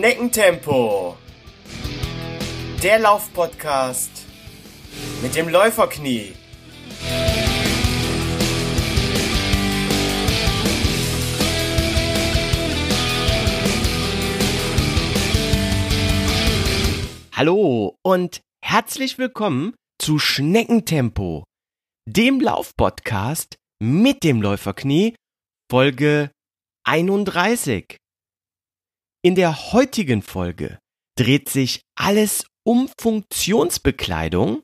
Schneckentempo. Der Laufpodcast mit dem Läuferknie. Hallo und herzlich willkommen zu Schneckentempo, dem Laufpodcast mit dem Läuferknie, Folge 31. In der heutigen Folge dreht sich alles um Funktionsbekleidung.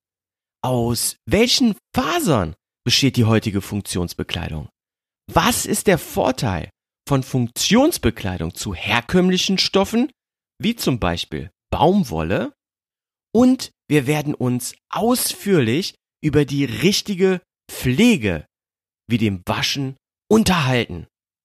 Aus welchen Fasern besteht die heutige Funktionsbekleidung? Was ist der Vorteil von Funktionsbekleidung zu herkömmlichen Stoffen, wie zum Beispiel Baumwolle? Und wir werden uns ausführlich über die richtige Pflege, wie dem Waschen, unterhalten.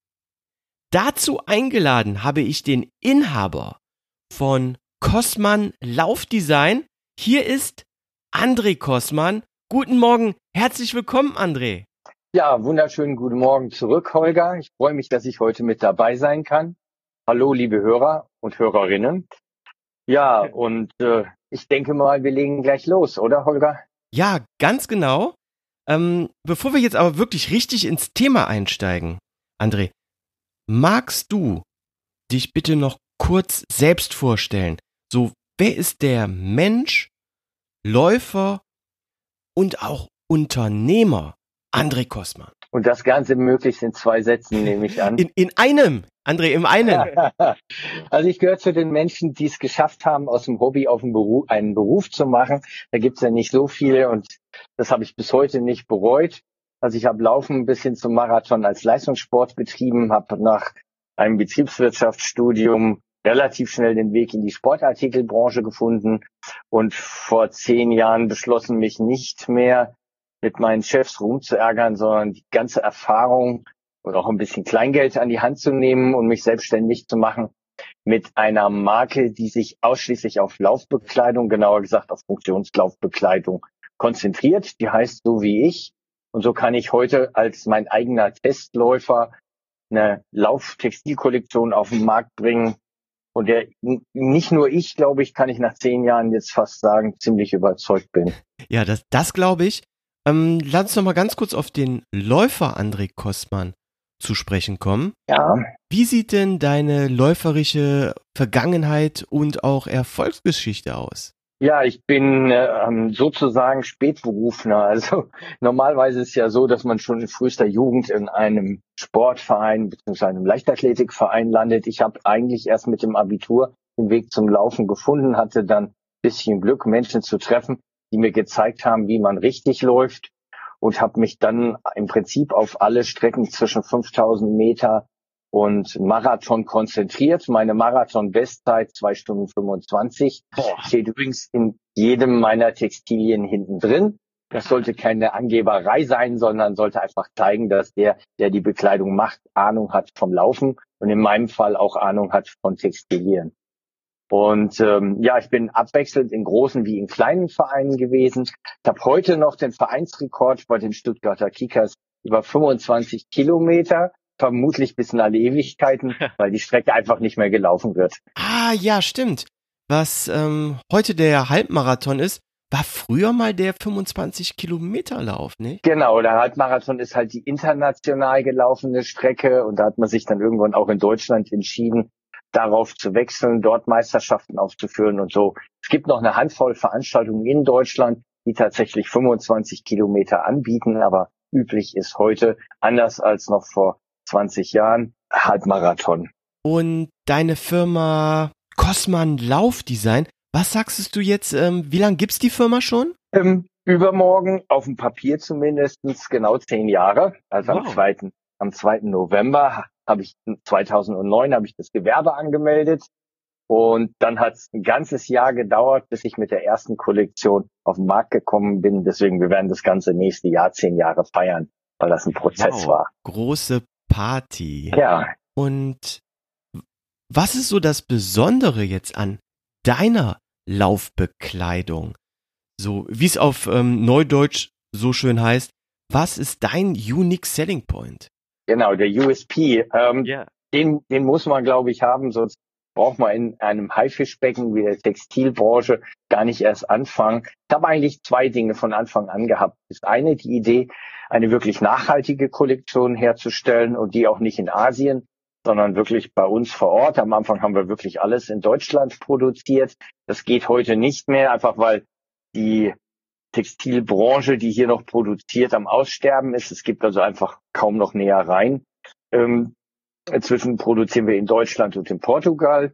Dazu eingeladen habe ich den Inhaber von Kossmann Laufdesign. Hier ist André Kossmann. Guten Morgen, herzlich willkommen, André. Ja, wunderschönen guten Morgen zurück, Holger. Ich freue mich, dass ich heute mit dabei sein kann. Hallo, liebe Hörer und Hörerinnen. Ja, und ich denke mal, wir legen gleich los, oder, Holger? Ja, ganz genau. Bevor wir jetzt aber wirklich richtig ins Thema einsteigen, André, magst du dich bitte noch kurz selbst vorstellen? So, wer ist der Mensch, Läufer und auch Unternehmer André Kossmann? Und das Ganze möglichst in 2 Sätzen, nehme ich an. In einem, André, in einem. Also ich gehöre zu den Menschen, die es geschafft haben, aus dem Hobby auf einen Beruf zu machen. Da gibt's ja nicht so viele und das habe ich bis heute nicht bereut. Also ich habe Laufen bis hin zum Marathon als Leistungssport betrieben, habe nach einem Betriebswirtschaftsstudium relativ schnell den Weg in die Sportartikelbranche gefunden und vor 10 Jahren beschlossen, mich nicht mehr mit meinen Chefs rumzuärgern, sondern die ganze Erfahrung und auch ein bisschen Kleingeld an die Hand zu nehmen und mich selbstständig zu machen mit einer Marke, die sich ausschließlich auf Laufbekleidung, genauer gesagt auf Funktionslaufbekleidung konzentriert. Die heißt so wie ich. Und so kann ich heute als mein eigener Testläufer eine Lauftextilkollektion auf den Markt bringen. Und nicht nur ich, glaube ich, kann ich nach 10 Jahren jetzt fast sagen, ziemlich überzeugt bin. Ja, das glaube ich. Lass uns noch mal ganz kurz auf den Läufer André Kossmann zu sprechen kommen. Ja. Wie sieht denn deine läuferische Vergangenheit und auch Erfolgsgeschichte aus? Ja, ich bin sozusagen Spätberufener. Also normalerweise ist es ja so, dass man schon in frühester Jugend in einem Sportverein bzw. einem Leichtathletikverein landet. Ich habe eigentlich erst mit dem Abitur den Weg zum Laufen gefunden, hatte dann ein bisschen Glück, Menschen zu treffen, die mir gezeigt haben, wie man richtig läuft und habe mich dann im Prinzip auf alle Strecken zwischen 5000 Meter und Marathon konzentriert. Meine Marathon-Bestzeit 2 Stunden 25 steht übrigens in jedem meiner Textilien hinten drin. Das sollte keine Angeberei sein, sondern sollte einfach zeigen, dass der die Bekleidung macht, Ahnung hat vom Laufen und in meinem Fall auch Ahnung hat von Textilien. Und ich bin abwechselnd in großen wie in kleinen Vereinen gewesen. Ich habe heute noch den Vereinsrekord bei den Stuttgarter Kickers über 25 Kilometer. Vermutlich bis in alle Ewigkeiten, weil die Strecke einfach nicht mehr gelaufen wird. Ah, ja, stimmt. Was heute der Halbmarathon ist, war früher mal der 25-Kilometer-Lauf, nicht? Genau, der Halbmarathon ist halt die international gelaufene Strecke und da hat man sich dann irgendwann auch in Deutschland entschieden, darauf zu wechseln, dort Meisterschaften aufzuführen und so. Es gibt noch eine Handvoll Veranstaltungen in Deutschland, die tatsächlich 25 Kilometer anbieten, aber üblich ist heute, anders als noch vor 20 Jahren, Halbmarathon. Und deine Firma Kossmann Laufdesign, was sagst du jetzt, wie lange gibt's die Firma schon? Übermorgen, auf dem Papier zumindest, genau 10 Jahre. Also Wow. am 2. November 2009 habe ich das Gewerbe angemeldet. Und dann hat es ein ganzes Jahr gedauert, bis ich mit der ersten Kollektion auf den Markt gekommen bin. Deswegen, wir werden das ganze nächste Jahr 10 Jahre feiern, weil das ein Prozess war. Große Party. Ja. Und was ist so das Besondere jetzt an deiner Laufbekleidung? So, wie es auf Neudeutsch so schön heißt, was ist dein Unique Selling Point? Genau, der USP. Den muss man, glaube ich, haben, sonst braucht man in einem Haifischbecken wie der Textilbranche gar nicht erst anfangen. Ich habe eigentlich zwei Dinge von Anfang an gehabt. Das eine, die Idee, eine wirklich nachhaltige Kollektion herzustellen und die auch nicht in Asien, sondern wirklich bei uns vor Ort. Am Anfang haben wir wirklich alles in Deutschland produziert. Das geht heute nicht mehr, einfach weil die Textilbranche, die hier noch produziert, am Aussterben ist. Es gibt also einfach kaum noch Nähereien. Inzwischen produzieren wir in Deutschland und in Portugal.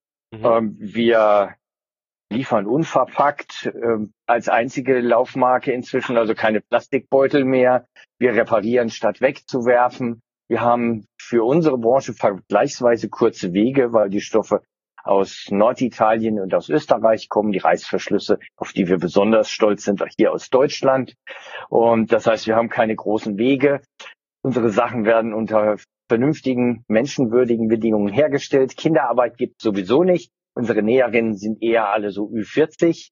Wir liefern unverpackt als einzige Laufmarke inzwischen, also keine Plastikbeutel mehr. Wir reparieren statt wegzuwerfen. Wir haben für unsere Branche vergleichsweise kurze Wege, weil die Stoffe aus Norditalien und aus Österreich kommen, die Reißverschlüsse, auf die wir besonders stolz sind, hier aus Deutschland. Und das heißt, wir haben keine großen Wege. Unsere Sachen werden unter vernünftigen, menschenwürdigen Bedingungen hergestellt. Kinderarbeit gibt es sowieso nicht. Unsere Näherinnen sind eher alle so Ü40.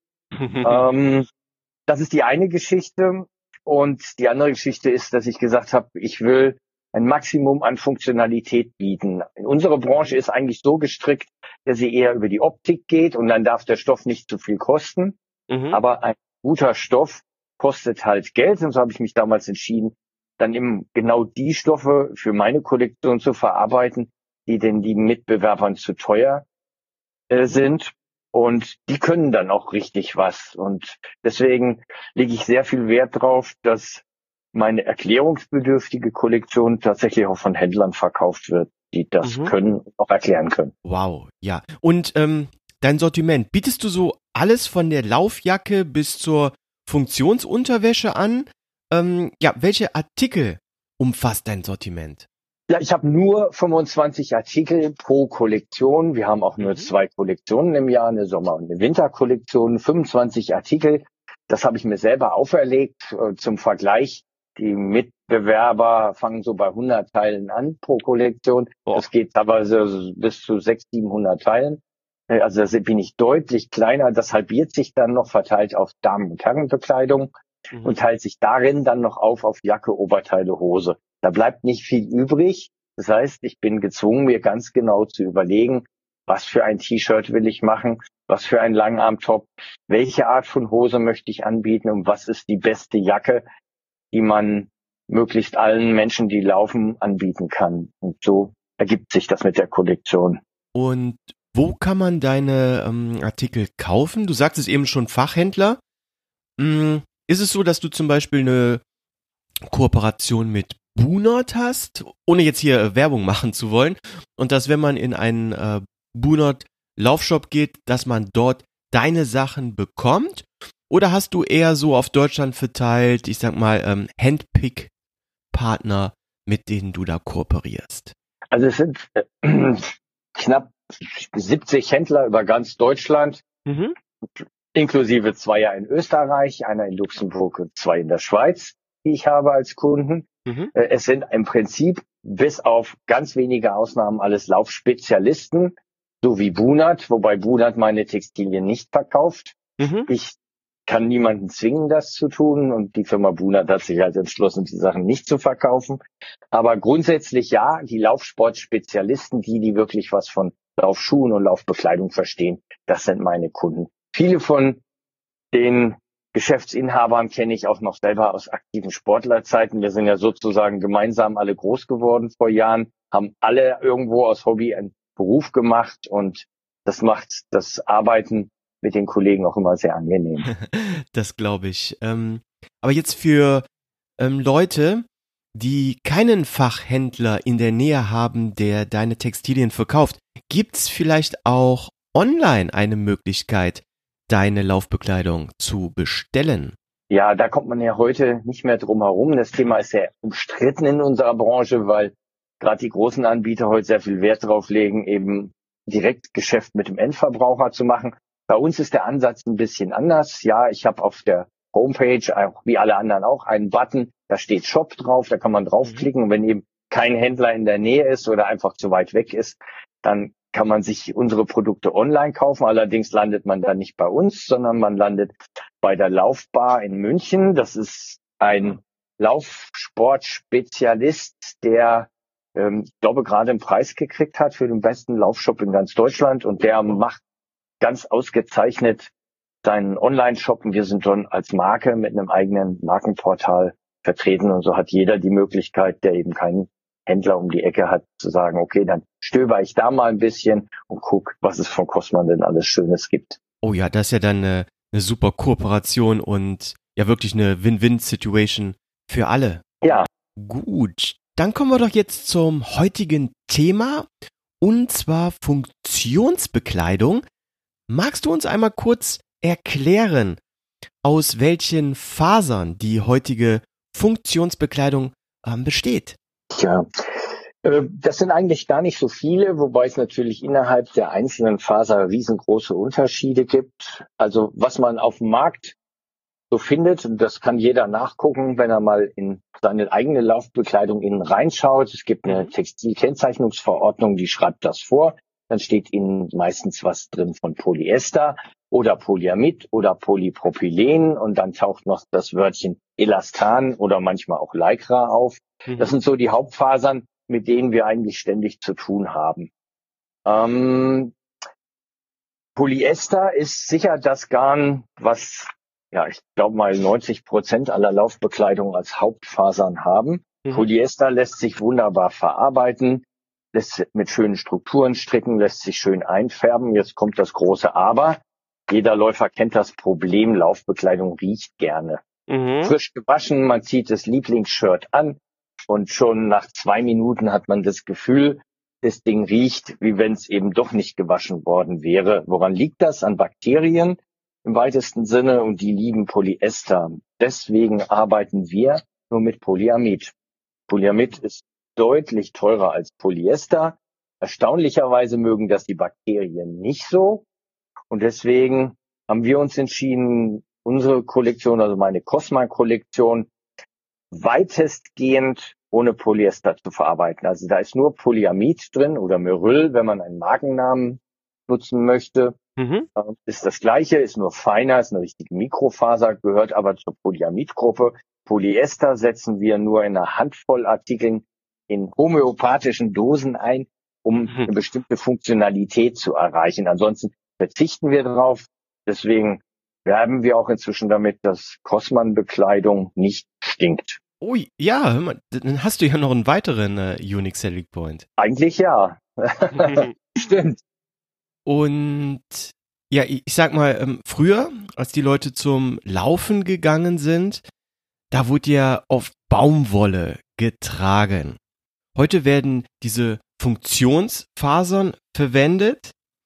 Das ist die eine Geschichte. Und die andere Geschichte ist, dass ich gesagt habe, ich will ein Maximum an Funktionalität bieten. Unsere Branche ist eigentlich so gestrickt, dass sie eher über die Optik geht und dann darf der Stoff nicht zu viel kosten. Aber ein guter Stoff kostet halt Geld. Und so habe ich mich damals entschieden, dann eben genau die Stoffe für meine Kollektion zu verarbeiten, die den Mitbewerbern zu teuer sind. Und die können dann auch richtig was. Und deswegen lege ich sehr viel Wert drauf, dass meine erklärungsbedürftige Kollektion tatsächlich auch von Händlern verkauft wird, die das können und auch erklären können. Wow, ja. Und dein Sortiment, bietest du so alles von der Laufjacke bis zur Funktionsunterwäsche an? Welche Artikel umfasst dein Sortiment? Ja, ich habe nur 25 Artikel pro Kollektion. Wir haben auch nur 2 Kollektionen im Jahr, eine Sommer- und eine Winterkollektion. 25 Artikel, das habe ich mir selber auferlegt. Zum Vergleich, die Mitbewerber fangen so bei 100 Teilen an pro Kollektion. Das geht aber so bis zu 600, 700 Teilen. Also da bin ich deutlich kleiner. Das halbiert sich dann noch, verteilt auf Damen- und Herrenbekleidung und teilt sich darin dann noch auf Jacke, Oberteile, Hose. Da bleibt nicht viel übrig. Das heißt, ich bin gezwungen, mir ganz genau zu überlegen, was für ein T-Shirt will ich machen, was für ein Langarmtop, welche Art von Hose möchte ich anbieten und was ist die beste Jacke, die man möglichst allen Menschen, die laufen, anbieten kann. Und so ergibt sich das mit der Kollektion. Und wo kann man deine Artikel kaufen? Du sagtest eben schon Fachhändler. Ist es so, dass du zum Beispiel eine Kooperation mit Bunert hast, ohne jetzt hier Werbung machen zu wollen, und dass, wenn man in einen Bunert Laufshop geht, dass man dort deine Sachen bekommt? Oder hast du eher so auf Deutschland verteilt, ich sag mal, Handpick-Partner, mit denen du da kooperierst? Also es sind knapp 70 Händler über ganz Deutschland, inklusive 2 in Österreich, einer in Luxemburg und 2 in der Schweiz, die ich habe als Kunden. Es sind im Prinzip bis auf ganz wenige Ausnahmen alles Laufspezialisten, so wie Bunert, wobei Bunert meine Textilien nicht verkauft. Ich kann niemanden zwingen, das zu tun, und die Firma Bunert hat sich halt entschlossen, die Sachen nicht zu verkaufen. Aber grundsätzlich ja, die Laufsportspezialisten, die wirklich was von Laufschuhen und Laufbekleidung verstehen, das sind meine Kunden. Viele von den Geschäftsinhabern kenne ich auch noch selber aus aktiven Sportlerzeiten. Wir sind ja sozusagen gemeinsam alle groß geworden vor Jahren, haben alle irgendwo aus Hobby einen Beruf gemacht, und das macht das Arbeiten mit den Kollegen auch immer sehr angenehm. Das glaube ich. Aber jetzt für Leute, die keinen Fachhändler in der Nähe haben, der deine Textilien verkauft, gibt's vielleicht auch online eine Möglichkeit, deine Laufbekleidung zu bestellen? Ja, da kommt man ja heute nicht mehr drum herum. Das Thema ist sehr umstritten in unserer Branche, weil gerade die großen Anbieter heute sehr viel Wert drauf legen, eben direkt Geschäft mit dem Endverbraucher zu machen. Bei uns ist der Ansatz ein bisschen anders. Ja, ich habe auf der Homepage, auch wie alle anderen auch, einen Button, da steht Shop drauf, da kann man draufklicken, und wenn eben kein Händler in der Nähe ist oder einfach zu weit weg ist, dann kann man sich unsere Produkte online kaufen. Allerdings landet man dann nicht bei uns, sondern man landet bei der Laufbar in München. Das ist ein Laufsportspezialist, der ich glaube, gerade einen Preis gekriegt hat für den besten Laufshop in ganz Deutschland. Und der macht ganz ausgezeichnet seinen Online-Shop. Und wir sind dann als Marke mit einem eigenen Markenportal vertreten. Und so hat jeder die Möglichkeit, der eben keinen Händler um die Ecke hat, zu sagen, okay, dann stöber ich da mal ein bisschen und guck, was es von Cosman denn alles Schönes gibt. Oh ja, das ist ja dann eine super Kooperation und ja wirklich eine Win-Win-Situation für alle. Ja. Gut, dann kommen wir doch jetzt zum heutigen Thema und zwar Funktionsbekleidung. Magst du uns einmal kurz erklären, aus welchen Fasern die heutige Funktionsbekleidung besteht? Ja, das sind eigentlich gar nicht so viele, wobei es natürlich innerhalb der einzelnen Faser riesengroße Unterschiede gibt. Also was man auf dem Markt so findet, und das kann jeder nachgucken, wenn er mal in seine eigene Laufbekleidung innen reinschaut. Es gibt eine Textilkennzeichnungsverordnung, die schreibt das vor. Dann steht innen meistens was drin von Polyester oder Polyamid oder Polypropylen und dann taucht noch das Wörtchen Elastan oder manchmal auch Lycra auf. Das sind so die Hauptfasern, mit denen wir eigentlich ständig zu tun haben. Polyester ist sicher das Garn, was, ja, ich glaube mal 90% aller Laufbekleidung als Hauptfasern haben. Polyester lässt sich wunderbar verarbeiten, lässt sich mit schönen Strukturen stricken, lässt sich schön einfärben. Jetzt kommt das große Aber. Jeder Läufer kennt das Problem, Laufbekleidung riecht gerne. Frisch gewaschen, man zieht das Lieblingsshirt an und schon nach 2 Minuten hat man das Gefühl, das Ding riecht, wie wenn es eben doch nicht gewaschen worden wäre. Woran liegt das? An Bakterien im weitesten Sinne und die lieben Polyester. Deswegen arbeiten wir nur mit Polyamid. Polyamid ist deutlich teurer als Polyester. Erstaunlicherweise mögen das die Bakterien nicht so. Und deswegen haben wir uns entschieden, unsere Kollektion, also meine Cosman-Kollektion, weitestgehend ohne Polyester zu verarbeiten. Also da ist nur Polyamid drin oder Meryl, wenn man einen Markennamen nutzen möchte. Ist das Gleiche, ist nur feiner, ist eine richtige Mikrofaser, gehört aber zur Polyamid-Gruppe. Polyester setzen wir nur in einer Handvoll Artikeln in homöopathischen Dosen ein, um eine bestimmte Funktionalität zu erreichen. Ansonsten verzichten wir darauf. Deswegen werben wir auch inzwischen damit, dass Cosman-Bekleidung nicht stinkt. Oh ja, hör mal, dann hast du ja noch einen weiteren Unique Selling Point. Eigentlich ja. Stimmt. Und ja, ich sag mal, früher, als die Leute zum Laufen gegangen sind, da wurde ja oft Baumwolle getragen. Heute werden diese Funktionsfasern verwendet.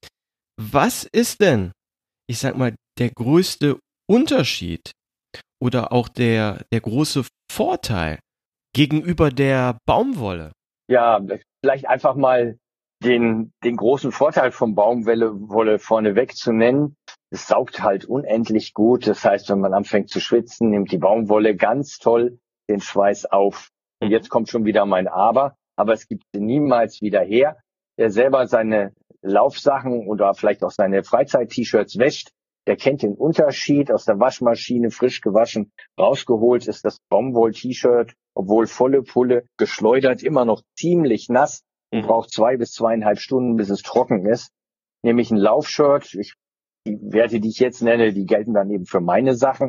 Was ist denn, ich sag mal, der größte Unterschied oder auch der große Vorteil gegenüber der Baumwolle? Ja, vielleicht einfach mal den großen Vorteil von Baumwolle vorneweg zu nennen. Es saugt halt unendlich gut. Das heißt, wenn man anfängt zu schwitzen, nimmt die Baumwolle ganz toll den Schweiß auf. Und jetzt kommt schon wieder mein Aber es gibt sie niemals wieder her. Der selber seine Laufsachen oder vielleicht auch seine Freizeit-T-Shirts wäscht, der kennt den Unterschied. Aus der Waschmaschine frisch gewaschen, rausgeholt ist das Baumwoll-T-Shirt, obwohl volle Pulle, geschleudert, immer noch ziemlich nass und braucht 2 bis 2,5 Stunden, bis es trocken ist. Nämlich ein Laufshirt, die Werte, die ich jetzt nenne, die gelten dann eben für meine Sachen.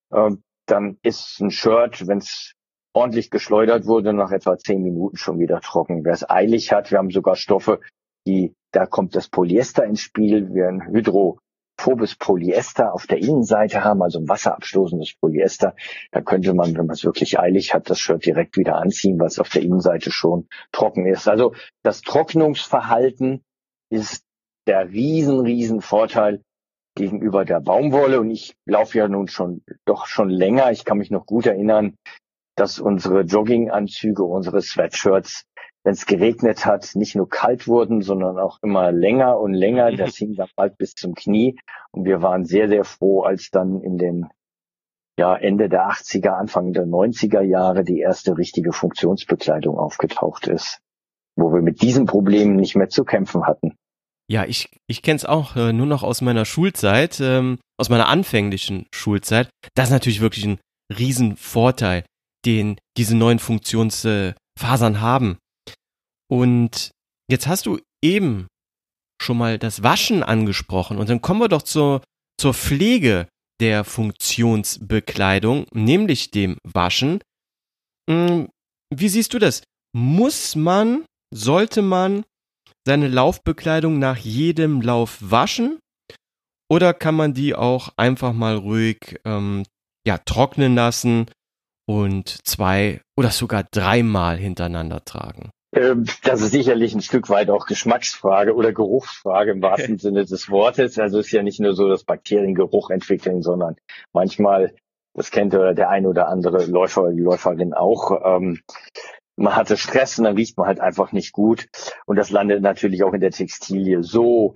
Dann ist ein Shirt, wenn es ordentlich geschleudert wurde, nach etwa 10 Minuten schon wieder trocken. Wer es eilig hat, wir haben sogar Stoffe, da kommt das Polyester ins Spiel. Wir ein hydrophobes Polyester auf der Innenseite haben, also ein wasserabstoßendes Polyester. Da könnte man, wenn man es wirklich eilig hat, das Shirt direkt wieder anziehen, weil es auf der Innenseite schon trocken ist. Also das Trocknungsverhalten ist der riesen Vorteil gegenüber der Baumwolle. Und ich laufe ja nun schon länger. Ich kann mich noch gut erinnern, dass unsere Jogginganzüge, unsere Sweatshirts, wenn es geregnet hat, nicht nur kalt wurden, sondern auch immer länger und länger. Das hing dann bald bis zum Knie. Und wir waren sehr froh, als dann in den Ende der 80er, Anfang der 90er Jahre die erste richtige Funktionsbekleidung aufgetaucht ist, wo wir mit diesen Problemen nicht mehr zu kämpfen hatten. Ja, ich kenne es auch nur noch aus meiner Schulzeit, aus meiner anfänglichen Schulzeit. Das ist natürlich wirklich ein Riesenvorteil, den diese neuen Funktionsfasern haben. Und jetzt hast du eben schon mal das Waschen angesprochen und dann kommen wir doch zur Pflege der Funktionsbekleidung, nämlich dem Waschen. Wie siehst du das? Sollte man seine Laufbekleidung nach jedem Lauf waschen oder kann man die auch einfach mal ruhig trocknen lassen und 2 oder sogar 3-mal hintereinander tragen? Das ist sicherlich ein Stück weit auch Geschmacksfrage oder Geruchsfrage im wahrsten Sinne des Wortes. Also es ist ja nicht nur so, dass Bakterien Geruch entwickeln, sondern manchmal, das kennt der ein oder andere Läufer oder die Läuferin auch, man hatte Stress und dann riecht man halt einfach nicht gut. Und das landet natürlich auch in der Textilie. So,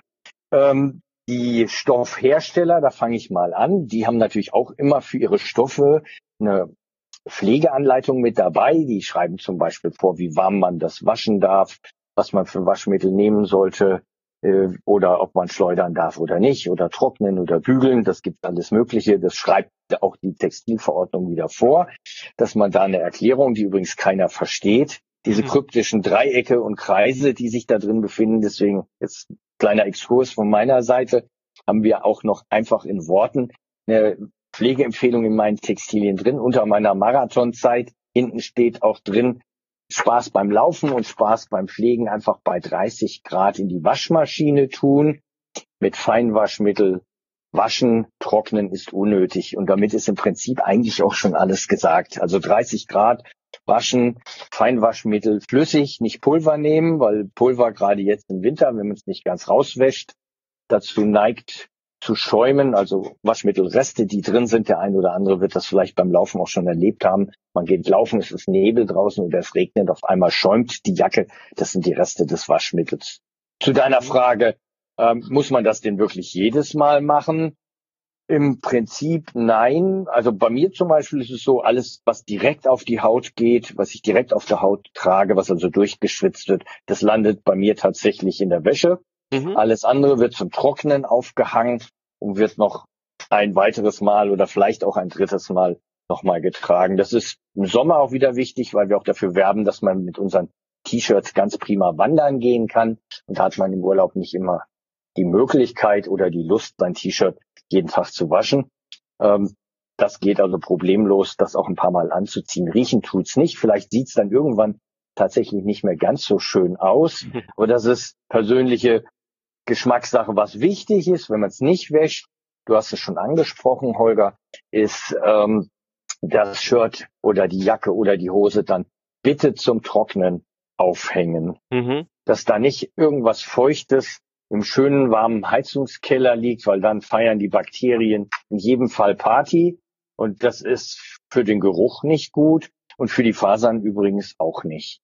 die Stoffhersteller, da fange ich mal an, die haben natürlich auch immer für ihre Stoffe eine Pflegeanleitung mit dabei. Die schreiben zum Beispiel vor, wie warm man das waschen darf, was man für Waschmittel nehmen sollte oder ob man schleudern darf oder nicht oder trocknen oder bügeln. Das gibt alles Mögliche. Das schreibt auch die Textilverordnung wieder vor, dass man da eine Erklärung, die übrigens keiner versteht, diese kryptischen Dreiecke und Kreise, die sich da drin befinden. Deswegen jetzt kleiner Exkurs von meiner Seite, haben wir auch noch einfach in Worten eine Pflegeempfehlung in meinen Textilien drin. Unter meiner Marathonzeit hinten steht auch drin, Spaß beim Laufen und Spaß beim Pflegen einfach bei 30 Grad in die Waschmaschine tun. Mit Feinwaschmittel waschen, trocknen ist unnötig. Und damit ist im Prinzip eigentlich auch schon alles gesagt. Also 30 Grad waschen, Feinwaschmittel flüssig, nicht Pulver nehmen, weil Pulver gerade jetzt im Winter, wenn man es nicht ganz rauswäscht, dazu neigt zu schäumen, also Waschmittelreste, die drin sind. Der ein oder andere wird das vielleicht beim Laufen auch schon erlebt haben. Man geht laufen, es ist Nebel draußen oder es regnet, auf einmal schäumt die Jacke. Das sind die Reste des Waschmittels. Zu deiner Frage, muss man das denn wirklich jedes Mal machen? Im Prinzip nein. Also bei mir zum Beispiel ist es so, alles, was direkt auf die Haut geht, was ich direkt auf der Haut trage, was also durchgeschwitzt wird, das landet bei mir tatsächlich in der Wäsche. Alles andere wird zum Trocknen aufgehangen und wird noch ein weiteres Mal oder vielleicht auch ein drittes Mal nochmal getragen. Das ist im Sommer auch wieder wichtig, weil wir auch dafür werben, dass man mit unseren T-Shirts ganz prima wandern gehen kann. Und da hat man im Urlaub nicht immer die Möglichkeit oder die Lust, sein T-Shirt jeden Tag zu waschen. Das geht also problemlos, das auch ein paar Mal anzuziehen. Riechen tut's nicht. Vielleicht sieht's dann irgendwann tatsächlich nicht mehr ganz so schön aus. Aber das ist persönliche Geschmackssache. Was wichtig ist, wenn man es nicht wäscht, du hast es schon angesprochen, Holger, ist das Shirt oder die Jacke oder die Hose dann bitte zum Trocknen aufhängen. Dass da nicht irgendwas Feuchtes im schönen warmen Heizungskeller liegt, weil dann feiern die Bakterien in jedem Fall Party. Und das ist für den Geruch nicht gut und für die Fasern übrigens auch nicht.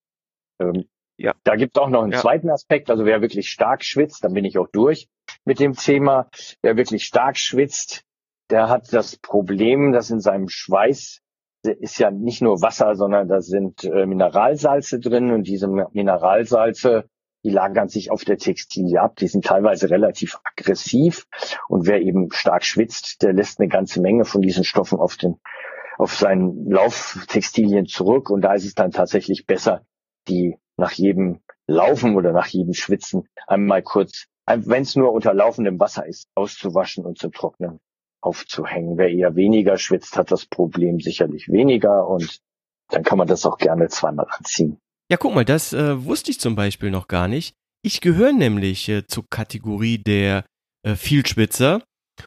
Da gibt es auch noch einen zweiten Aspekt. Also wer wirklich stark schwitzt, dann bin ich auch durch mit dem Thema. Wer wirklich stark schwitzt, der hat das Problem, dass in seinem Schweiß ist ja nicht nur Wasser, sondern da sind Mineralsalze drin. Und diese Mineralsalze, die lagern sich auf der Textilie ab. Die sind teilweise relativ aggressiv. Und wer eben stark schwitzt, der lässt eine ganze Menge von diesen Stoffen auf seinen Lauftextilien zurück. Und da ist es dann tatsächlich besser, die nach jedem Laufen oder nach jedem Schwitzen einmal kurz, wenn es nur unter laufendem Wasser ist, auszuwaschen und zu trocknen, aufzuhängen. Wer eher weniger schwitzt, hat das Problem sicherlich weniger und dann kann man das auch gerne zweimal anziehen. Ja, guck mal, das wusste ich zum Beispiel noch gar nicht. Ich gehöre nämlich zur Kategorie der Vielschwitzer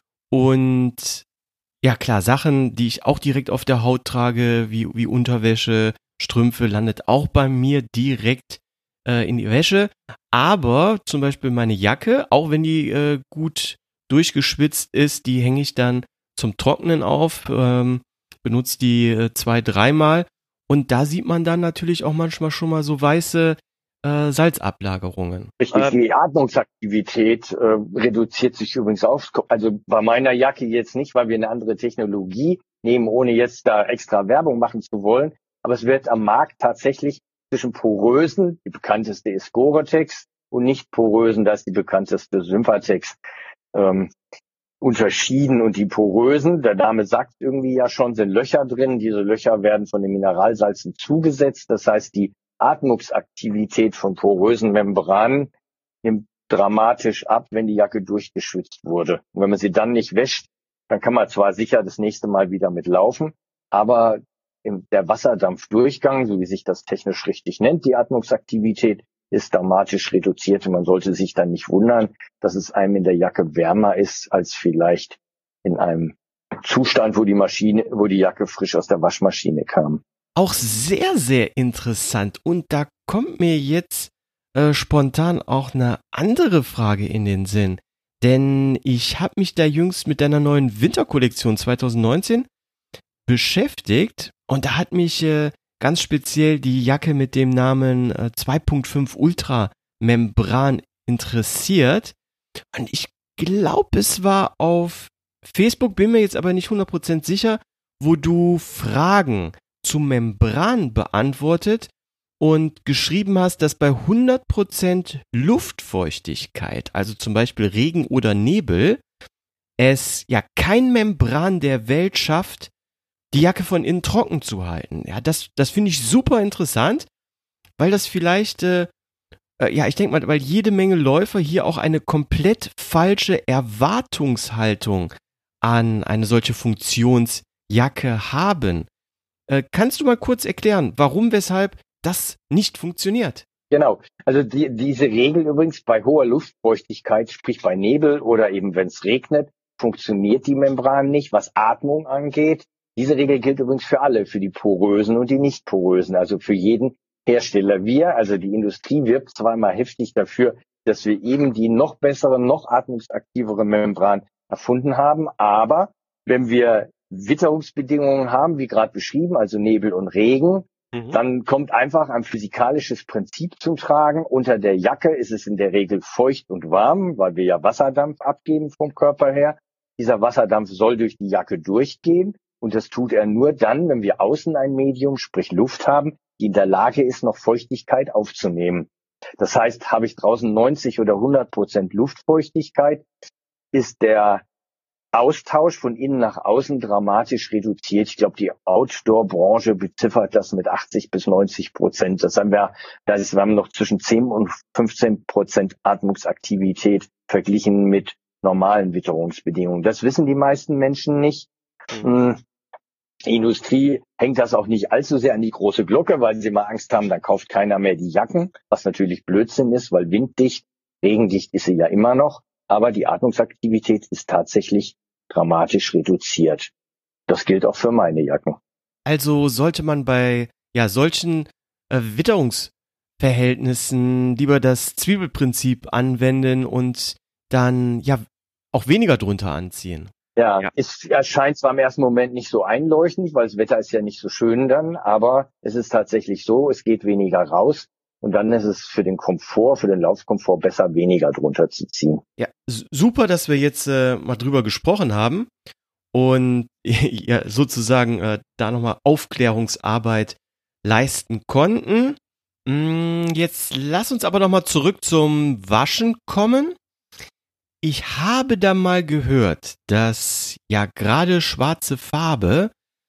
und ja klar, Sachen, die ich auch direkt auf der Haut trage, wie Unterwäsche, Strümpfe, landet auch bei mir direkt in die Wäsche. Aber zum Beispiel meine Jacke, auch wenn die gut durchgeschwitzt ist, die hänge ich dann zum Trocknen auf, benutze die 2-3 Mal. Und da sieht man dann natürlich auch manchmal schon mal so weiße Salzablagerungen. Richtig, die Atmungsaktivität reduziert sich übrigens auf. Also bei meiner Jacke jetzt nicht, weil wir eine andere Technologie nehmen, ohne jetzt da extra Werbung machen zu wollen. Aber es wird am Markt tatsächlich zwischen porösen, die bekannteste ist Gore-Tex, und nicht porösen, das ist die bekannteste Sympatex, unterschieden. Und die porösen, der Name sagt irgendwie ja schon, sind Löcher drin. Diese Löcher werden von den Mineralsalzen zugesetzt. Das heißt, die Atmungsaktivität von porösen Membranen nimmt dramatisch ab, wenn die Jacke durchgeschwitzt wurde. Und wenn man sie dann nicht wäscht, dann kann man zwar sicher das nächste Mal wieder mitlaufen, aber der Wasserdampfdurchgang, so wie sich das technisch richtig nennt, die Atmungsaktivität, ist dramatisch reduziert. Und man sollte sich dann nicht wundern, dass es einem in der Jacke wärmer ist, als vielleicht in einem Zustand, wo die Jacke frisch aus der Waschmaschine kam. Auch sehr, sehr interessant. Und da kommt mir jetzt spontan auch eine andere Frage in den Sinn. Denn ich habe mich da jüngst mit deiner neuen Winterkollektion 2019 beschäftigt und da hat mich ganz speziell die Jacke mit dem Namen 2.5 Ultra Membran interessiert. Und ich glaube, es war auf Facebook, bin mir jetzt aber nicht 100% sicher, wo du Fragen zum Membran beantwortet und geschrieben hast, dass bei 100% Luftfeuchtigkeit, also zum Beispiel Regen oder Nebel, es ja kein Membran der Welt schafft, die Jacke von innen trocken zu halten. Ja, das finde ich super interessant, weil das vielleicht, ich denke mal, weil jede Menge Läufer hier auch eine komplett falsche Erwartungshaltung an eine solche Funktionsjacke haben. Kannst du mal kurz erklären, warum, weshalb das nicht funktioniert? Genau. Also diese Regel übrigens bei hoher Luftfeuchtigkeit, sprich bei Nebel oder eben wenn es regnet, funktioniert die Membran nicht, was Atmung angeht. Diese Regel gilt übrigens für alle, für die porösen und die nicht porösen, also für jeden Hersteller. Also die Industrie wirbt zweimal heftig dafür, dass wir eben die noch bessere, noch atmungsaktivere Membran erfunden haben. Aber wenn wir Witterungsbedingungen haben, wie gerade beschrieben, also Nebel und Regen, dann kommt einfach ein physikalisches Prinzip zum Tragen. Unter der Jacke ist es in der Regel feucht und warm, weil wir ja Wasserdampf abgeben vom Körper her. Dieser Wasserdampf soll durch die Jacke durchgehen und das tut er nur dann, wenn wir außen ein Medium, sprich Luft haben, die in der Lage ist, noch Feuchtigkeit aufzunehmen. Das heißt, habe ich draußen 90 oder 100% Luftfeuchtigkeit, ist der Austausch von innen nach außen dramatisch reduziert. Ich glaube, die Outdoor-Branche beziffert das mit 80 bis 90%. Wir haben noch zwischen 10 und 15% Atmungsaktivität verglichen mit normalen Witterungsbedingungen. Das wissen die meisten Menschen nicht. Die Industrie hängt das auch nicht allzu sehr an die große Glocke, weil sie mal Angst haben, dann kauft keiner mehr die Jacken, was natürlich Blödsinn ist, weil winddicht, regendicht ist sie ja immer noch. Aber die Atmungsaktivität ist tatsächlich dramatisch reduziert. Das gilt auch für meine Jacken. Also sollte man bei solchen Witterungsverhältnissen lieber das Zwiebelprinzip anwenden und dann auch weniger drunter anziehen. Ja, es erscheint zwar im ersten Moment nicht so einleuchtend, weil das Wetter ist ja nicht so schön dann, aber es ist tatsächlich so, es geht weniger raus. Und dann ist es für den Komfort, für den Laufkomfort besser, weniger drunter zu ziehen. Ja, super, dass wir jetzt mal drüber gesprochen haben und sozusagen da nochmal Aufklärungsarbeit leisten konnten. Jetzt lass uns aber nochmal zurück zum Waschen kommen. Ich habe da mal gehört, dass gerade schwarze Farbe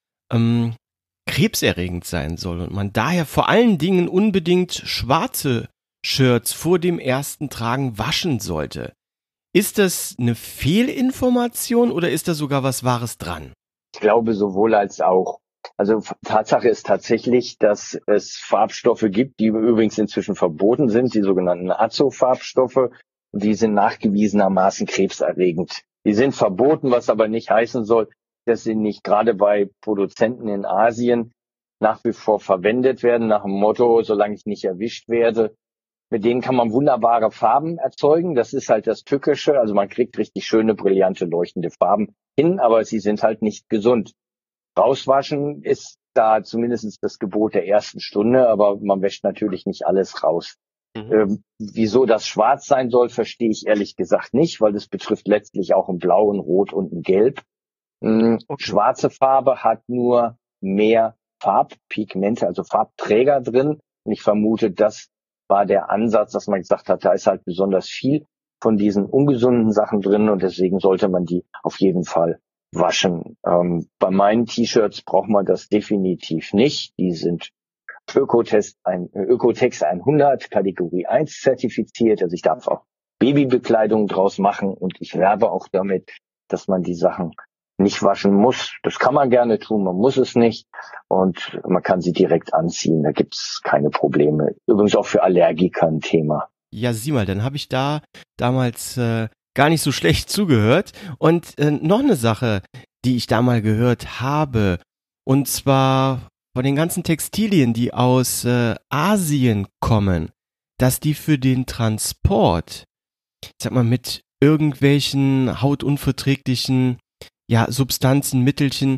krebserregend sein soll und man daher vor allen Dingen unbedingt schwarze Shirts vor dem ersten Tragen waschen sollte. Ist das eine Fehlinformation oder ist da sogar was Wahres dran? Ich glaube sowohl als auch. Also Tatsache ist tatsächlich, dass es Farbstoffe gibt, die übrigens inzwischen verboten sind, die sogenannten Azofarbstoffe, und die sind nachgewiesenermaßen krebserregend. Die sind verboten, was aber nicht heißen soll, dass sie nicht gerade bei Produzenten in Asien nach wie vor verwendet werden, nach dem Motto, solange ich nicht erwischt werde. Mit denen kann man wunderbare Farben erzeugen. Das ist halt das Tückische. Also man kriegt richtig schöne, brillante, leuchtende Farben hin, aber sie sind halt nicht gesund. Rauswaschen ist da zumindest das Gebot der ersten Stunde, aber man wäscht natürlich nicht alles raus. Wieso das schwarz sein soll, verstehe ich ehrlich gesagt nicht, weil das betrifft letztlich auch ein Blau, ein Rot und ein Gelb. Okay. Schwarze Farbe hat nur mehr Farbpigmente, also Farbträger drin. Und ich vermute, das war der Ansatz, dass man gesagt hat, da ist halt besonders viel von diesen ungesunden Sachen drin und deswegen sollte man die auf jeden Fall waschen. Bei meinen T-Shirts braucht man das definitiv nicht. Die sind Ökotex 100 Kategorie 1 zertifiziert. Also ich darf auch Babybekleidung draus machen und ich werbe auch damit, dass man die Sachen nicht waschen muss. Das kann man gerne tun, man muss es nicht und man kann sie direkt anziehen, da gibt's keine Probleme. Übrigens auch für Allergiker ein Thema. Ja, sieh mal, dann habe ich da damals gar nicht so schlecht zugehört. Und noch eine Sache, die ich da mal gehört habe, und zwar von den ganzen Textilien, die aus Asien kommen, dass die für den Transport, ich sag mal, mit irgendwelchen hautunverträglichen Substanzen, Mittelchen,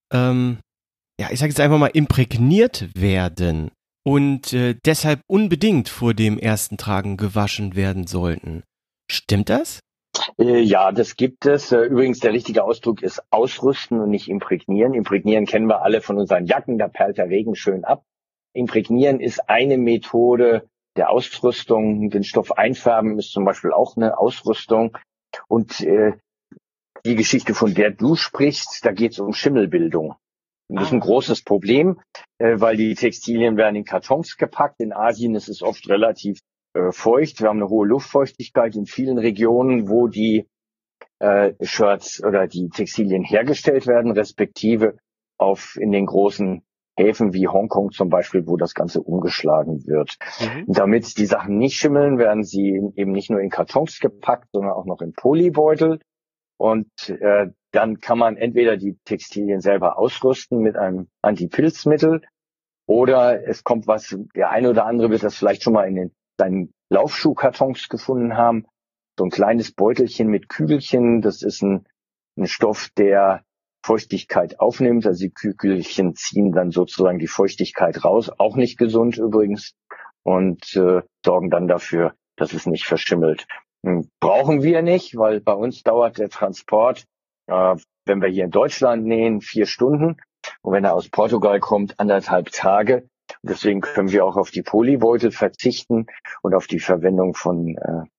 ich sag jetzt einfach mal, imprägniert werden und deshalb unbedingt vor dem ersten Tragen gewaschen werden sollten. Stimmt das? Ja, das gibt es. Übrigens, der richtige Ausdruck ist ausrüsten und nicht imprägnieren. Imprägnieren kennen wir alle von unseren Jacken, da perlt der Regen schön ab. Imprägnieren ist eine Methode der Ausrüstung. Den Stoff einfärben ist zum Beispiel auch eine Ausrüstung. Und die Geschichte, von der du sprichst, da geht es um Schimmelbildung. Das ist ein großes Problem, weil die Textilien werden in Kartons gepackt. In Asien ist es oft relativ feucht. Wir haben eine hohe Luftfeuchtigkeit in vielen Regionen, wo die Shirts oder die Textilien hergestellt werden, respektive in den großen Häfen wie Hongkong zum Beispiel, wo das Ganze umgeschlagen wird. Damit die Sachen nicht schimmeln, werden sie eben nicht nur in Kartons gepackt, sondern auch noch in Polybeutel. Und dann kann man entweder die Textilien selber ausrüsten mit einem Antipilzmittel oder es kommt was, der eine oder andere wird das vielleicht schon mal in seinen Laufschuhkartons gefunden haben. So ein kleines Beutelchen mit Kügelchen, das ist ein Stoff, der Feuchtigkeit aufnimmt. Also die Kügelchen ziehen dann sozusagen die Feuchtigkeit raus, auch nicht gesund übrigens, und sorgen dann dafür, dass es nicht verschimmelt. Brauchen wir nicht, weil bei uns dauert der Transport, wenn wir hier in Deutschland nähen, 4 Stunden. Und wenn er aus Portugal kommt, 1,5 Tage. Deswegen können wir auch auf die Polybeutel verzichten und auf die Verwendung von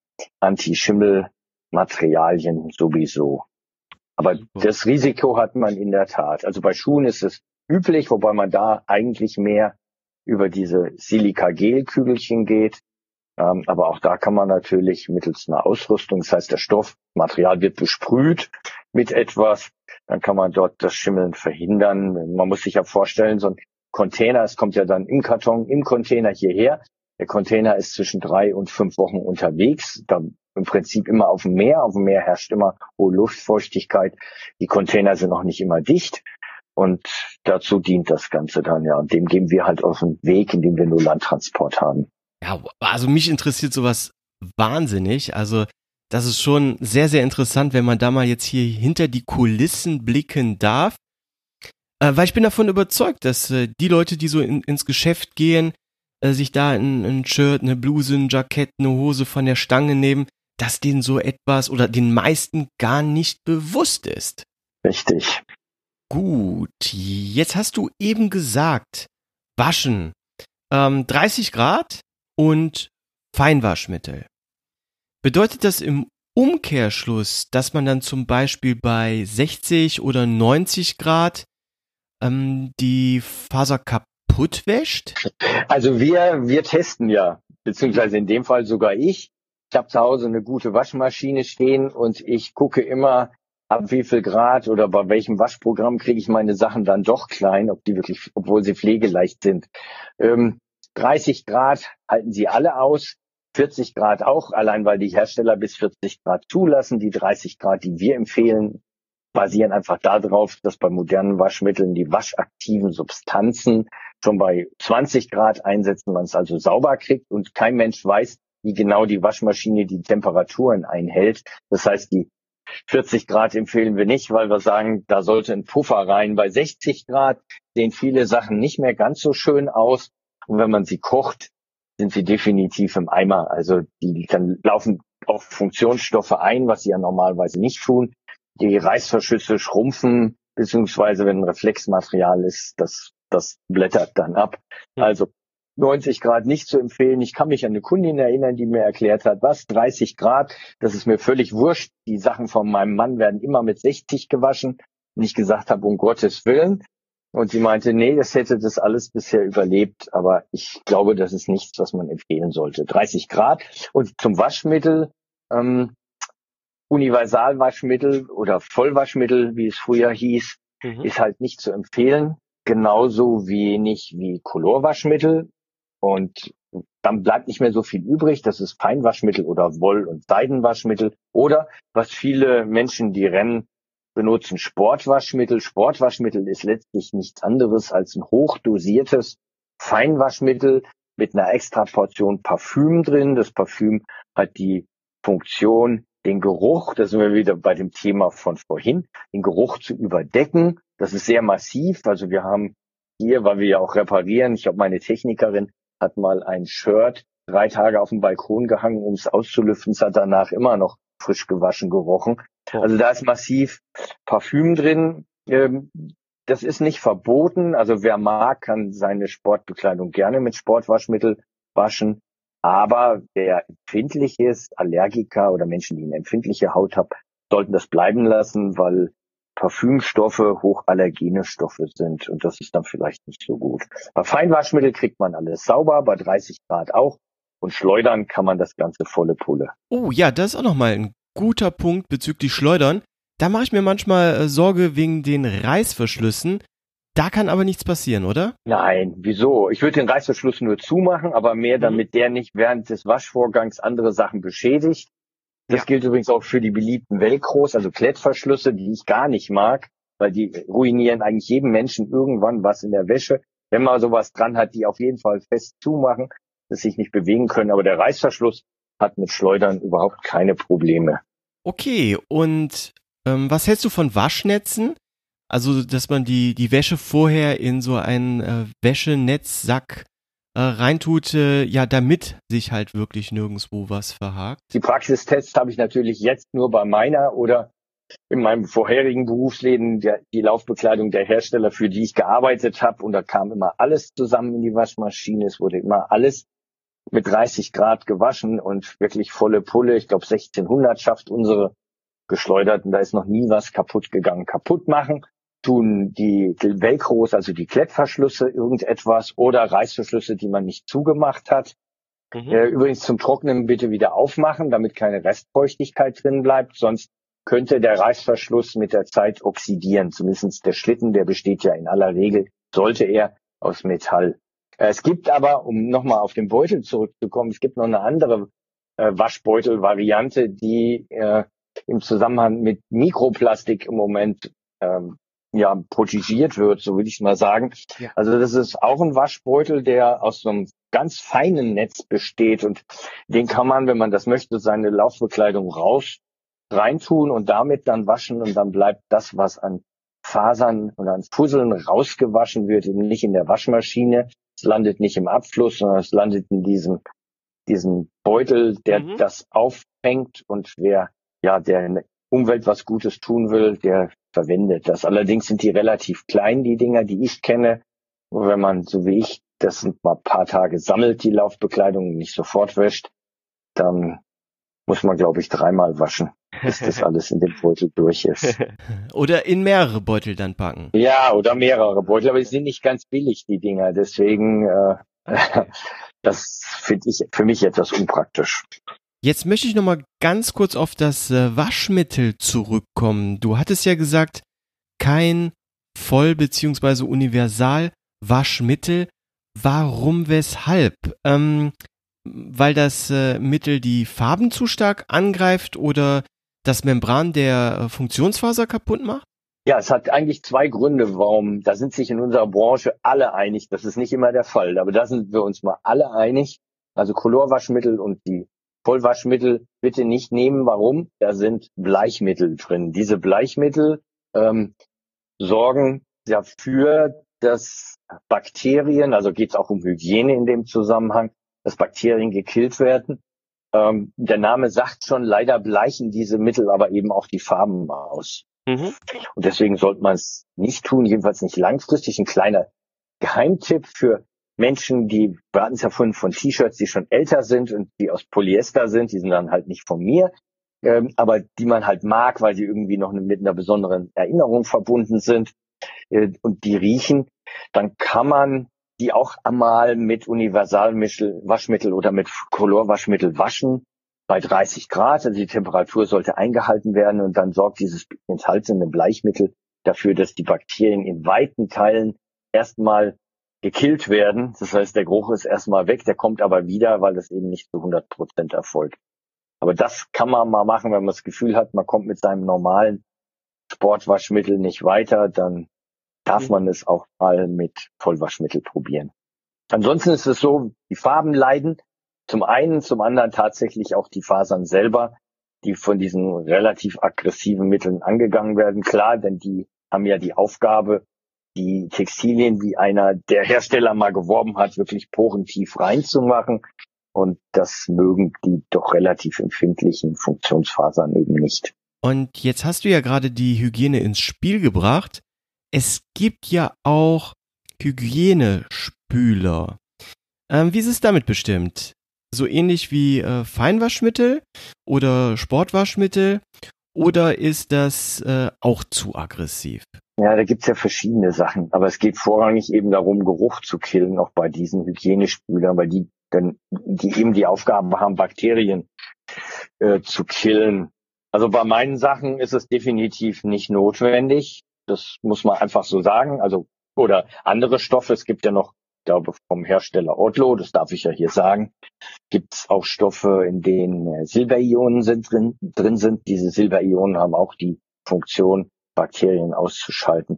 Anti-Schimmel-Materialien sowieso. Aber das Risiko hat man in der Tat. Also bei Schuhen ist es üblich, wobei man da eigentlich mehr über diese Silika-Gel-Kügelchen geht. Aber auch da kann man natürlich mittels einer Ausrüstung, das heißt, Material wird besprüht mit etwas, dann kann man dort das Schimmeln verhindern. Man muss sich ja vorstellen, so ein Container, es kommt ja dann im Container hierher. Der Container ist zwischen 3 und 5 Wochen unterwegs, da im Prinzip immer auf dem Meer. Auf dem Meer herrscht immer hohe Luftfeuchtigkeit. Die Container sind auch nicht immer dicht. Und dazu dient das Ganze dann, ja. Und dem geben wir halt auf den Weg, indem wir nur Landtransport haben. Ja, also mich interessiert sowas wahnsinnig. Also das ist schon sehr, sehr interessant, wenn man da mal jetzt hier hinter die Kulissen blicken darf. Weil ich bin davon überzeugt, dass die Leute, die so ins Geschäft gehen, sich da ein Shirt, eine Bluse, ein Jackett, eine Hose von der Stange nehmen, dass denen so etwas oder den meisten gar nicht bewusst ist. Richtig. Gut, jetzt hast du eben gesagt, waschen. 30 Grad und Feinwaschmittel. Bedeutet das im Umkehrschluss, dass man dann zum Beispiel bei 60 oder 90 Grad die Faser kaputt wäscht? Also wir testen ja, beziehungsweise in dem Fall sogar ich. Ich habe zu Hause eine gute Waschmaschine stehen und ich gucke immer, ab wie viel Grad oder bei welchem Waschprogramm kriege ich meine Sachen dann doch klein, obwohl sie pflegeleicht sind. 30 Grad halten sie alle aus, 40 Grad auch, allein weil die Hersteller bis 40 Grad zulassen. Die 30 Grad, die wir empfehlen, basieren einfach darauf, dass bei modernen Waschmitteln die waschaktiven Substanzen schon bei 20 Grad einsetzen, man es also sauber kriegt und kein Mensch weiß, wie genau die Waschmaschine die Temperaturen einhält. Das heißt, die 40 Grad empfehlen wir nicht, weil wir sagen, da sollte ein Puffer rein. Bei 60 Grad sehen viele Sachen nicht mehr ganz so schön aus. Und wenn man sie kocht, sind sie definitiv im Eimer. Also die dann laufen auf Funktionsstoffe ein, was sie ja normalerweise nicht tun. Die Reißverschlüsse schrumpfen, beziehungsweise wenn ein Reflexmaterial ist, das blättert dann ab. Also 90 Grad nicht zu empfehlen. Ich kann mich an eine Kundin erinnern, die mir erklärt hat, 30 Grad, das ist mir völlig wurscht. Die Sachen von meinem Mann werden immer mit 60 gewaschen. Und ich gesagt habe, um Gottes Willen, Und sie meinte, nee, das hätte das alles bisher überlebt, aber ich glaube, das ist nichts, was man empfehlen sollte. 30 Grad. Und zum Waschmittel, Universalwaschmittel oder Vollwaschmittel, wie es früher hieß, ist halt nicht zu empfehlen. Genauso wenig wie Colorwaschmittel. Und dann bleibt nicht mehr so viel übrig. Das ist Feinwaschmittel oder Woll- und Seidenwaschmittel. Oder was viele Menschen, die rennen, benutzen, Sportwaschmittel. Sportwaschmittel ist letztlich nichts anderes als ein hochdosiertes Feinwaschmittel mit einer extra Portion Parfüm drin. Das Parfüm hat die Funktion, den Geruch, da sind wir wieder bei dem Thema von vorhin, den Geruch zu überdecken. Das ist sehr massiv. Also wir haben hier, weil wir ja auch reparieren, ich glaube, meine Technikerin hat mal ein Shirt 3 Tage auf dem Balkon gehangen, um es auszulüften. Es hat danach immer noch frisch gewaschen gerochen. Also da ist massiv Parfüm drin. Das ist nicht verboten. Also wer mag, kann seine Sportbekleidung gerne mit Sportwaschmittel waschen. Aber wer empfindlich ist, Allergiker oder Menschen, die eine empfindliche Haut haben, sollten das bleiben lassen, weil Parfümstoffe hochallergene Stoffe sind. Und das ist dann vielleicht nicht so gut. Bei Feinwaschmittel kriegt man alles sauber, bei 30 Grad auch. Und schleudern kann man das Ganze volle Pulle. Oh ja, das ist auch nochmal ein guter Punkt bezüglich Schleudern. Da mache ich mir manchmal Sorge wegen den Reißverschlüssen. Da kann aber nichts passieren, oder? Nein, wieso? Ich würde den Reißverschluss nur zumachen, aber mehr, damit der nicht während des Waschvorgangs andere Sachen beschädigt. Das gilt übrigens auch für die beliebten Velcros, also Klettverschlüsse, die ich gar nicht mag, weil die ruinieren eigentlich jedem Menschen irgendwann was in der Wäsche. Wenn man sowas dran hat, die auf jeden Fall fest zumachen, dass sich nicht bewegen können. Aber der Reißverschluss hat mit Schleudern überhaupt keine Probleme. Okay, und was hältst du von Waschnetzen? Also, dass man die Wäsche vorher in so einen Wäschenetzsack reintut, ja, damit sich halt wirklich nirgendwo was verhakt. Die Praxistests habe ich natürlich jetzt nur bei meiner oder in meinem vorherigen Berufsleben die Laufbekleidung der Hersteller, für die ich gearbeitet habe. Und da kam immer alles zusammen in die Waschmaschine. Es wurde immer alles mit 30 Grad gewaschen und wirklich volle Pulle. Ich glaube, 1600 schafft unsere Geschleuderten. Da ist noch nie was kaputt gegangen. Kaputt machen tun die Velcros, also die Klettverschlüsse, irgendetwas oder Reißverschlüsse, die man nicht zugemacht hat. Übrigens zum Trocknen bitte wieder aufmachen, damit keine Restfeuchtigkeit drin bleibt. Sonst könnte der Reißverschluss mit der Zeit oxidieren. Zumindest der Schlitten, der besteht ja in aller Regel, sollte er aus Metall. Es gibt aber, um nochmal auf den Beutel zurückzukommen, es gibt noch eine andere Waschbeutel-Variante, die im Zusammenhang mit Mikroplastik im Moment protegiert wird, so will ich mal sagen. Ja. Also das ist auch ein Waschbeutel, der aus so einem ganz feinen Netz besteht und den kann man, wenn man das möchte, seine Laufbekleidung reintun und damit dann waschen und dann bleibt das, was an Fasern und an Fusseln rausgewaschen wird, eben nicht in der Waschmaschine. Es landet nicht im Abfluss, sondern es landet in diesem Beutel, der das auffängt und wer der Umwelt was Gutes tun will, der verwendet das. Allerdings sind die relativ klein, die Dinger, die ich kenne. Und wenn man, so wie ich, das mal ein paar Tage sammelt, die Laufbekleidung, und nicht sofort wäscht, dann muss man, glaube ich, 3-mal waschen, bis das alles in dem Beutel durch ist. Oder in mehrere Beutel dann packen. Ja, oder mehrere Beutel, aber die sind nicht ganz billig, die Dinger. Deswegen, das finde ich für mich etwas unpraktisch. Jetzt möchte ich nochmal ganz kurz auf das Waschmittel zurückkommen. Du hattest ja gesagt, kein Voll- bzw. Universal-Waschmittel. Warum, weshalb? Weil das Mittel die Farben zu stark angreift oder das Membran der Funktionsfaser kaputt macht? Ja, es hat eigentlich 2 Gründe, warum. Da sind sich in unserer Branche alle einig. Das ist nicht immer der Fall, aber da sind wir uns mal alle einig. Also Colorwaschmittel und die Vollwaschmittel bitte nicht nehmen. Warum? Da sind Bleichmittel drin. Diese Bleichmittel sorgen dafür, dass Bakterien, also geht es auch um Hygiene in dem Zusammenhang, dass Bakterien gekillt werden. Der Name sagt schon, leider bleichen diese Mittel aber eben auch die Farben aus. Und deswegen sollte man es nicht tun, jedenfalls nicht langfristig. Ein kleiner Geheimtipp für Menschen, wir hatten es ja von T-Shirts, die schon älter sind und die aus Polyester sind, die sind dann halt nicht von mir, aber die man halt mag, weil die irgendwie noch mit einer besonderen Erinnerung verbunden sind. und die riechen, dann kann man die auch einmal mit Universalwaschmittel oder mit Chlorwaschmittel waschen bei 30 Grad. Also die Temperatur sollte eingehalten werden und dann sorgt dieses enthaltene Bleichmittel dafür, dass die Bakterien in weiten Teilen erstmal gekillt werden. Das heißt, der Geruch ist erstmal weg, der kommt aber wieder, weil das eben nicht zu 100% erfolgt. Aber das kann man mal machen, wenn man das Gefühl hat, man kommt mit seinem normalen Sportwaschmittel nicht weiter, dann darf man es auch mal mit Vollwaschmittel probieren. Ansonsten ist es so, die Farben leiden zum einen, zum anderen tatsächlich auch die Fasern selber, die von diesen relativ aggressiven Mitteln angegangen werden. Klar, denn die haben ja die Aufgabe, die Textilien, wie einer der Hersteller mal geworben hat, wirklich porentief reinzumachen. Und das mögen die doch relativ empfindlichen Funktionsfasern eben nicht. Und jetzt hast du ja gerade die Hygiene ins Spiel gebracht. Es gibt ja auch Hygienespüler. Wie ist es damit bestimmt? So ähnlich wie Feinwaschmittel oder Sportwaschmittel? Oder ist das auch zu aggressiv? Ja, da gibt's ja verschiedene Sachen. Aber es geht vorrangig eben darum, Geruch zu killen, auch bei diesen Hygienespülern, weil die eben die Aufgabe haben, Bakterien zu killen. Also bei meinen Sachen ist es definitiv nicht notwendig. Das muss man einfach so sagen. Also, oder andere Stoffe. Es gibt ja noch, ich glaube, vom Hersteller Odlo, das darf ich ja hier sagen, gibt's auch Stoffe, in denen Silberionen drin sind. Diese Silberionen haben auch die Funktion, Bakterien auszuschalten.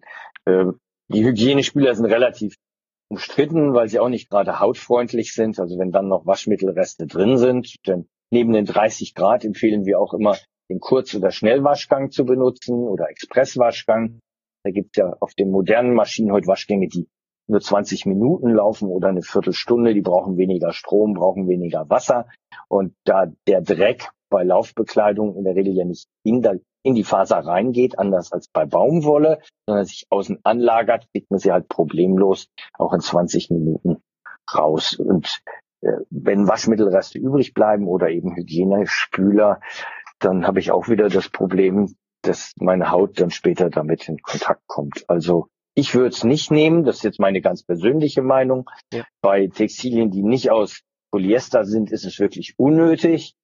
Die Hygienespüler sind relativ umstritten, weil sie auch nicht gerade hautfreundlich sind. Also wenn dann noch Waschmittelreste drin sind, denn neben den 30 Grad empfehlen wir auch immer, den Kurz- oder Schnellwaschgang zu benutzen oder Expresswaschgang. Da gibt es ja auf den modernen Maschinen heute Waschgänge, die nur 20 Minuten laufen oder eine Viertelstunde. Die brauchen weniger Strom, brauchen weniger Wasser. Und da der Dreck bei Laufbekleidung in der Regel ja nicht in die Faser reingeht, anders als bei Baumwolle, sondern sich außen anlagert, kriegt man sie halt problemlos auch in 20 Minuten raus. Und wenn Waschmittelreste übrig bleiben oder eben Hygienespüler, dann habe ich auch wieder das Problem, dass meine Haut dann später damit in Kontakt kommt. Also ich würde es nicht nehmen, das ist jetzt meine ganz persönliche Meinung. Ja. Bei Textilien, die nicht aus Polyester sind, ist es wirklich unnötig.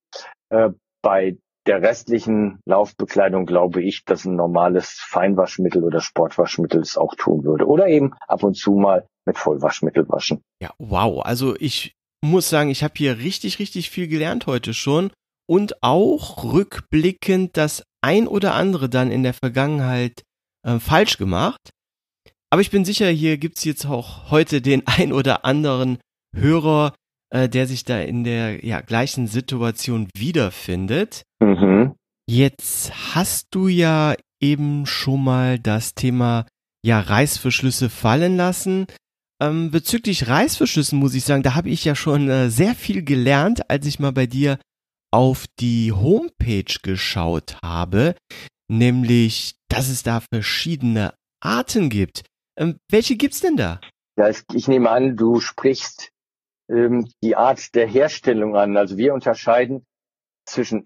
Bei der restlichen Laufbekleidung glaube ich, dass ein normales Feinwaschmittel oder Sportwaschmittel es auch tun würde. Oder eben ab und zu mal mit Vollwaschmittel waschen. Ja, wow. Also ich muss sagen, ich habe hier richtig, richtig viel gelernt heute schon. Und auch rückblickend das ein oder andere dann in der Vergangenheit falsch gemacht. Aber ich bin sicher, hier gibt's jetzt auch heute den ein oder anderen Hörer, der sich da in der gleichen Situation wiederfindet. Mhm. Jetzt hast du ja eben schon mal das Thema Reißverschlüsse fallen lassen. Bezüglich Reißverschlüssen muss ich sagen, da habe ich ja schon sehr viel gelernt, als ich mal bei dir auf die Homepage geschaut habe, nämlich, dass es da verschiedene Arten gibt. Welche gibt's denn da? Ja, ich nehme an, du sprichst die Art der Herstellung an. Also wir unterscheiden zwischen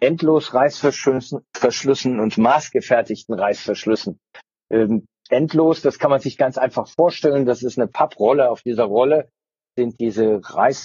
Endlos-Reißverschlüssen und maßgefertigten Reißverschlüssen. Endlos, das kann man sich ganz einfach vorstellen, das ist eine Papprolle. Auf dieser Rolle sind diese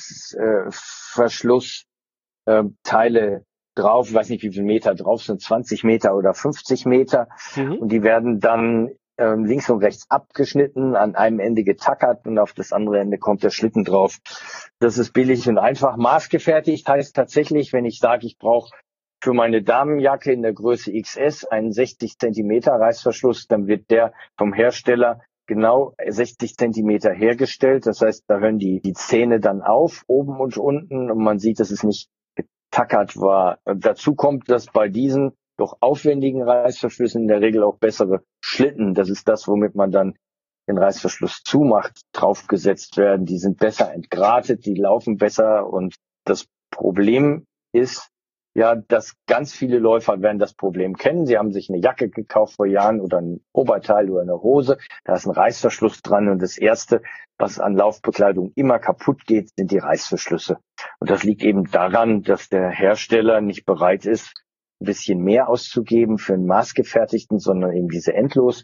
Reißverschlussteile drauf. Ich weiß nicht, wie viele Meter drauf sind, 20 Meter oder 50 Meter. Mhm. Und die werden dann links und rechts abgeschnitten, an einem Ende getackert und auf das andere Ende kommt der Schlitten drauf. Das ist billig und einfach. Maßgefertigt heißt tatsächlich, wenn ich sage, ich brauche für meine Damenjacke in der Größe XS einen 60 Zentimeter Reißverschluss, dann wird der vom Hersteller genau 60 Zentimeter hergestellt. Das heißt, da hören die Zähne dann auf, oben und unten, und man sieht, dass es nicht getackert war. Und dazu kommt, dass bei diesen doch aufwendigen Reißverschlüssen in der Regel auch bessere Schlitten, das ist das, womit man dann den Reißverschluss zumacht, draufgesetzt werden. Die sind besser entgratet, die laufen besser, und das Problem ist ja, dass ganz viele Läufer werden das Problem kennen. Sie haben sich eine Jacke gekauft vor Jahren oder ein Oberteil oder eine Hose, da ist ein Reißverschluss dran, und das Erste, was an Laufbekleidung immer kaputt geht, sind die Reißverschlüsse. Und das liegt eben daran, dass der Hersteller nicht bereit ist, ein bisschen mehr auszugeben für einen maßgefertigten, sondern eben diese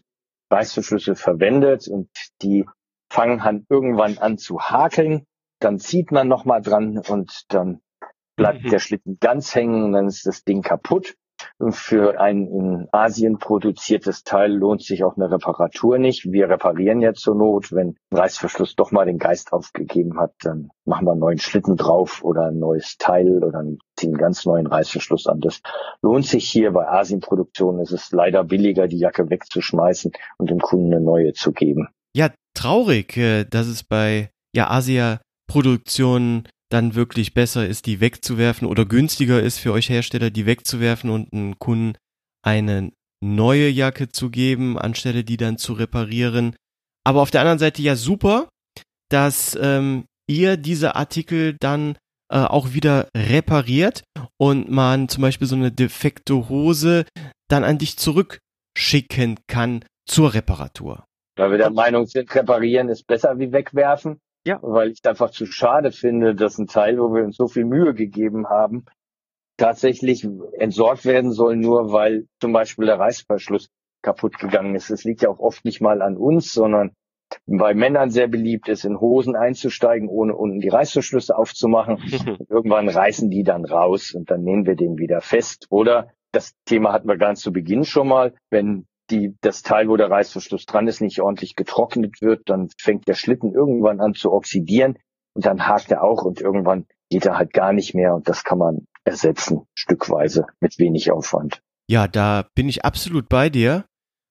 Reißverschlüsse verwendet und die fangen dann irgendwann an zu hakeln. Dann zieht man nochmal dran und dann bleibt der Schlitten ganz hängen und dann ist das Ding kaputt. Und für ein in Asien produziertes Teil lohnt sich auch eine Reparatur nicht. Wir reparieren ja zur Not. Wenn ein Reißverschluss doch mal den Geist aufgegeben hat, dann machen wir einen neuen Schlitten drauf oder ein neues Teil oder ziehen einen ganz neuen Reißverschluss an. Das lohnt sich hier. Bei Asienproduktionen ist es leider billiger, die Jacke wegzuschmeißen und dem Kunden eine neue zu geben. Ja, traurig, dass es bei Asia-Produktionen dann wirklich besser ist, die wegzuwerfen oder günstiger ist für euch Hersteller, die wegzuwerfen und einem Kunden eine neue Jacke zu geben, anstelle die dann zu reparieren. Aber auf der anderen Seite ja super, dass ihr diese Artikel dann auch wieder repariert und man zum Beispiel so eine defekte Hose dann an dich zurückschicken kann zur Reparatur. Weil wir der Meinung sind, reparieren ist besser wie wegwerfen. Ja. Weil ich es einfach zu schade finde, dass ein Teil, wo wir uns so viel Mühe gegeben haben, tatsächlich entsorgt werden soll, nur weil zum Beispiel der Reißverschluss kaputt gegangen ist. Es liegt ja auch oft nicht mal an uns, sondern bei Männern sehr beliebt ist, in Hosen einzusteigen, ohne unten die Reißverschlüsse aufzumachen. Irgendwann reißen die dann raus und dann nähen wir den wieder fest. Oder das Thema hatten wir ganz zu Beginn schon mal, wenn das Teil, wo der Reißverschluss dran ist, nicht ordentlich getrocknet wird, dann fängt der Schlitten irgendwann an zu oxidieren und dann hakt er auch und irgendwann geht er halt gar nicht mehr und das kann man ersetzen, stückweise, mit wenig Aufwand. Ja, da bin ich absolut bei dir.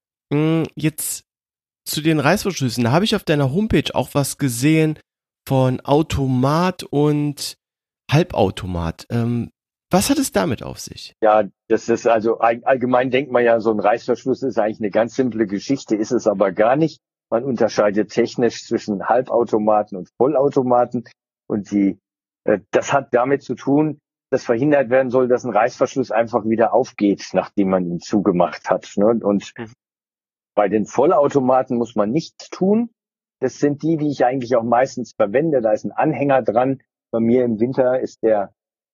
Jetzt zu den Reißverschlüssen, da habe ich auf deiner Homepage auch was gesehen von Automat und Halbautomat. Was hat es damit auf sich? Ja, das ist also allgemein denkt man ja, so ein Reißverschluss ist eigentlich eine ganz simple Geschichte, ist es aber gar nicht. Man unterscheidet technisch zwischen Halbautomaten und Vollautomaten und das hat damit zu tun, dass verhindert werden soll, dass ein Reißverschluss einfach wieder aufgeht, nachdem man ihn zugemacht hat. Ne? Und bei den Vollautomaten muss man nichts tun. Das sind die ich eigentlich auch meistens verwende. Da ist ein Anhänger dran. Bei mir im Winter ist der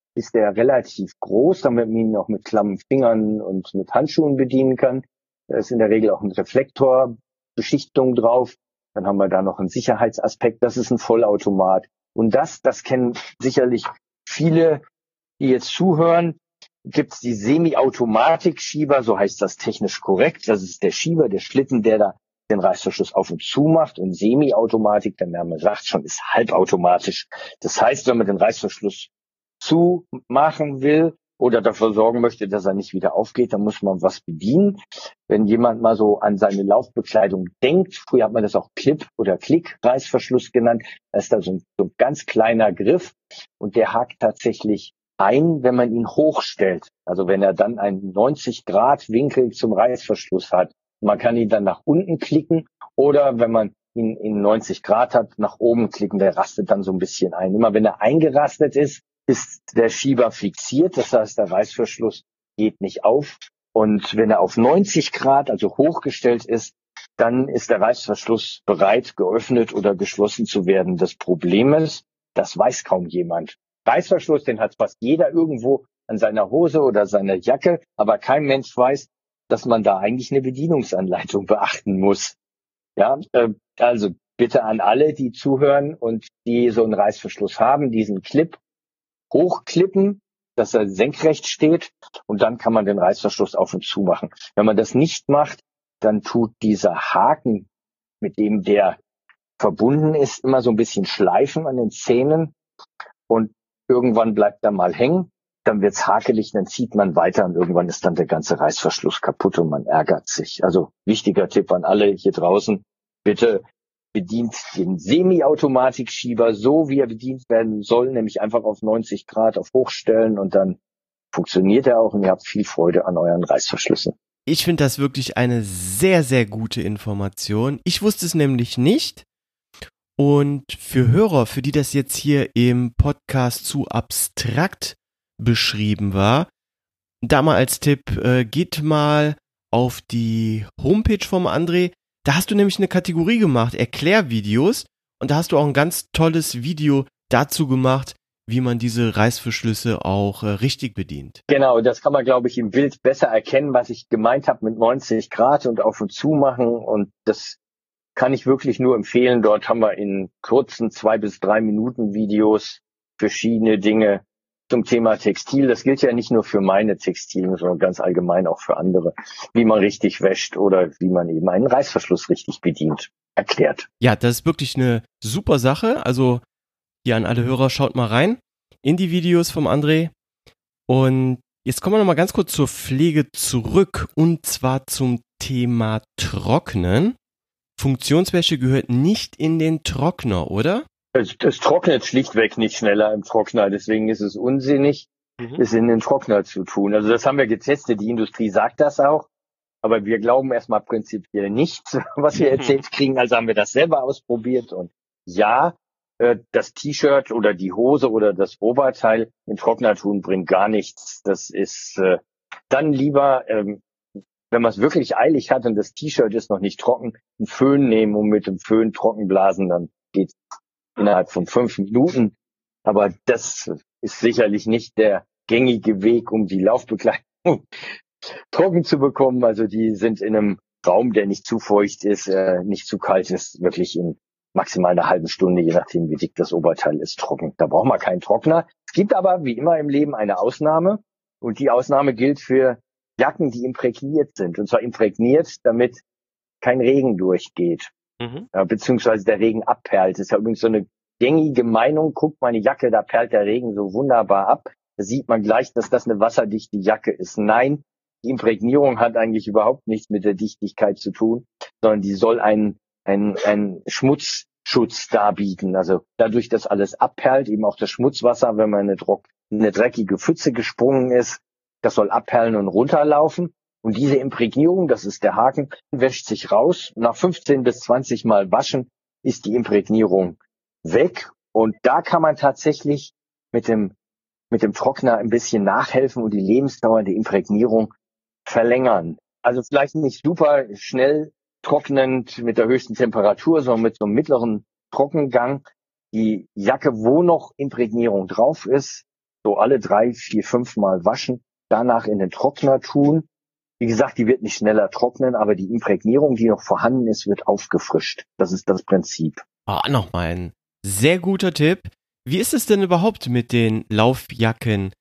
relativ groß, damit man ihn auch mit klammen Fingern und mit Handschuhen bedienen kann. Da ist in der Regel auch eine Reflektorbeschichtung drauf. Dann haben wir da noch einen Sicherheitsaspekt. Das ist ein Vollautomat. Und das kennen sicherlich viele, die jetzt zuhören. Gibt's die Semi-Automatik-Schieber, so heißt das technisch korrekt. Das ist der Schieber, der Schlitten, der da den Reißverschluss auf und zu macht. Und Semi-Automatik, der Name sagt schon, ist halbautomatisch. Das heißt, wenn man den Reißverschluss zumachen will oder dafür sorgen möchte, dass er nicht wieder aufgeht, dann muss man was bedienen. Wenn jemand mal so an seine Laufbekleidung denkt, früher hat man das auch Clip- oder Klick-Reißverschluss genannt, da ist da so ein ganz kleiner Griff und der hakt tatsächlich ein, wenn man ihn hochstellt. Also wenn er dann einen 90-Grad-Winkel zum Reißverschluss hat. Man kann ihn dann nach unten klicken oder wenn man ihn in 90 Grad hat, nach oben klicken, der rastet dann so ein bisschen ein. Immer wenn er eingerastet ist der Schieber fixiert, das heißt, der Reißverschluss geht nicht auf. Und wenn er auf 90 Grad, also hochgestellt ist, dann ist der Reißverschluss bereit, geöffnet oder geschlossen zu werden. Das Problem ist, das weiß kaum jemand. Reißverschluss, den hat fast jeder irgendwo an seiner Hose oder seiner Jacke, aber kein Mensch weiß, dass man da eigentlich eine Bedienungsanleitung beachten muss. Ja, also bitte an alle, die zuhören und die so einen Reißverschluss haben, diesen Clip hochklippen, dass er senkrecht steht und dann kann man den Reißverschluss auf und zu machen. Wenn man das nicht macht, dann tut dieser Haken, mit dem der verbunden ist, immer so ein bisschen schleifen an den Zähnen und irgendwann bleibt er mal hängen, dann wird's hakelig, dann zieht man weiter und irgendwann ist dann der ganze Reißverschluss kaputt und man ärgert sich. Also wichtiger Tipp an alle hier draußen, bitte bedient den Semi-Automatik-Schieber so, wie er bedient werden soll, nämlich einfach auf 90 Grad auf Hochstellen und dann funktioniert er auch und ihr habt viel Freude an euren Reißverschlüssen. Ich finde das wirklich eine sehr, sehr gute Information. Ich wusste es nämlich nicht. Und für Hörer, für die das jetzt hier im Podcast zu abstrakt beschrieben war, da mal als Tipp, geht mal auf die Homepage vom André. Da hast du nämlich eine Kategorie gemacht, Erklärvideos. Und da hast du auch ein ganz tolles Video dazu gemacht, wie man diese Reißverschlüsse auch richtig bedient. Genau, das kann man, glaube ich, im Bild besser erkennen, was ich gemeint habe mit 90 Grad und auf und zu machen. Und das kann ich wirklich nur empfehlen. Dort haben wir in kurzen 2 bis 3 Minuten Videos verschiedene Dinge zum Thema Textil. Das gilt ja nicht nur für meine Textilien, sondern ganz allgemein auch für andere, wie man richtig wäscht oder wie man eben einen Reißverschluss richtig bedient, erklärt. Ja, das ist wirklich eine super Sache. Also hier an alle Hörer, schaut mal rein in die Videos vom André. Und jetzt kommen wir nochmal ganz kurz zur Pflege zurück und zwar zum Thema Trocknen. Funktionswäsche gehört nicht in den Trockner, oder? Es trocknet schlichtweg nicht schneller im Trockner, deswegen ist es unsinnig, es in den Trockner zu tun. Also das haben wir getestet, die Industrie sagt das auch, aber wir glauben erstmal prinzipiell nichts, was wir erzählt kriegen, also haben wir das selber ausprobiert und ja, das T-Shirt oder die Hose oder das Oberteil in Trockner tun bringt gar nichts. Das ist dann lieber, wenn man es wirklich eilig hat und das T-Shirt ist noch nicht trocken, einen Föhn nehmen und mit dem Föhn trocken blasen, dann geht's innerhalb von 5 Minuten. Aber das ist sicherlich nicht der gängige Weg, um die Laufbekleidung trocken zu bekommen. Also die sind in einem Raum, der nicht zu feucht ist, nicht zu kalt ist, wirklich in maximal einer halben Stunde, je nachdem wie dick das Oberteil ist, trocken. Da braucht man keinen Trockner. Es gibt aber, wie immer im Leben, eine Ausnahme. Und die Ausnahme gilt für Jacken, die imprägniert sind. Und zwar imprägniert, damit kein Regen durchgeht. Beziehungsweise der Regen abperlt. Das ist ja übrigens so eine gängige Meinung. Guckt meine Jacke, da perlt der Regen so wunderbar ab. Da sieht man gleich, dass das eine wasserdichte Jacke ist. Nein, die Imprägnierung hat eigentlich überhaupt nichts mit der Dichtigkeit zu tun, sondern die soll einen Schmutzschutz darbieten. Also dadurch, dass alles abperlt, eben auch das Schmutzwasser, wenn man in eine dreckige Pfütze gesprungen ist, das soll abperlen und runterlaufen. Und diese Imprägnierung, das ist der Haken, wäscht sich raus. Nach 15 bis 20 Mal waschen ist die Imprägnierung weg. Und da kann man tatsächlich mit dem Trockner ein bisschen nachhelfen und die Lebensdauer der Imprägnierung verlängern. Also vielleicht nicht super schnell trocknend mit der höchsten Temperatur, sondern mit so einem mittleren Trockengang. Die Jacke, wo noch Imprägnierung drauf ist, so alle 3, 4, 5 Mal waschen, danach in den Trockner tun. Wie gesagt, die wird nicht schneller trocknen, aber die Imprägnierung, die noch vorhanden ist, wird aufgefrischt. Das ist das Prinzip. Nochmal ein sehr guter Tipp. Wie ist es denn überhaupt mit den Laufjacken?